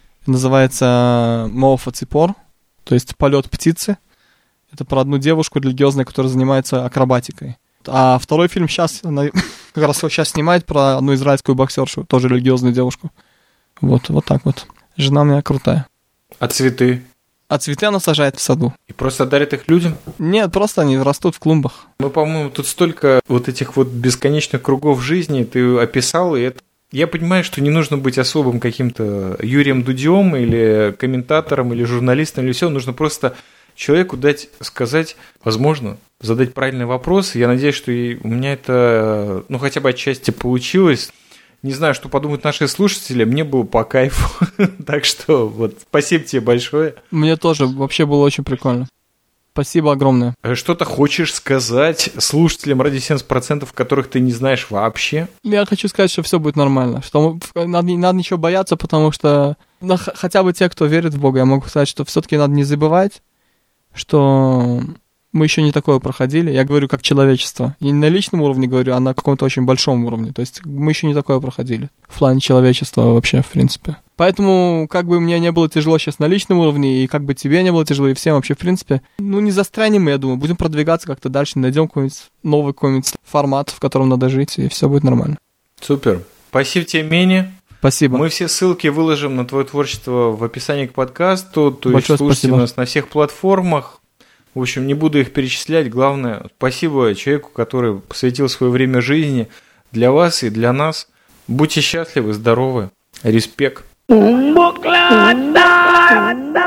Называется «Моуфа Ципор». То есть «Полет птицы». Это про одну девушку религиозную, которая занимается акробатикой. А второй фильм сейчас, она как раз сейчас снимает про одну израильскую боксершу, тоже религиозную девушку. Вот, вот так вот. Жена у меня крутая. А цветы? А цветы она сажает в саду. И просто дарит их людям? Нет, просто они растут в клумбах. Ну, по-моему, тут столько вот этих вот бесконечных кругов жизни ты описал, и это Я понимаю, что не нужно быть особым каким-то Юрием Дудем или комментатором, или журналистом, или все. Нужно просто человеку дать сказать, возможно, задать правильный вопрос. Я надеюсь, что и у меня это, ну, хотя бы отчасти получилось. Не знаю, что подумают наши слушатели, мне было по кайфу. Так что вот, спасибо тебе большое. Мне тоже, вообще было очень прикольно. Спасибо огромное. Что-то хочешь сказать слушателям ради семьдесят процентов, которых ты не знаешь вообще? Я хочу сказать, что все будет нормально. Что надо, не надо ничего бояться, потому что ну, хотя бы те, кто верит в Бога, я могу сказать, что все-таки надо не забывать, что мы еще не такое проходили. Я говорю как человечество. И не на личном уровне говорю, а на каком-то очень большом уровне. То есть мы еще не такое проходили. В плане человечества вообще, в принципе. Поэтому, как бы мне не было тяжело сейчас на личном уровне, и как бы тебе не было тяжело, и всем вообще, в принципе, ну, не застрянем, я думаю, будем продвигаться как-то дальше, найдем какой-нибудь новый какой-нибудь формат, в котором надо жить, и все будет нормально. Супер. Спасибо тебе, Мени. Спасибо. Мы все ссылки выложим на твое творчество в описании к подкасту, то есть Большое слушайте спасибо. нас на всех платформах. В общем, не буду их перечислять. Главное, спасибо человеку, который посвятил свое время жизни для вас и для нас. Будьте счастливы, здоровы. Респект. Un boclata.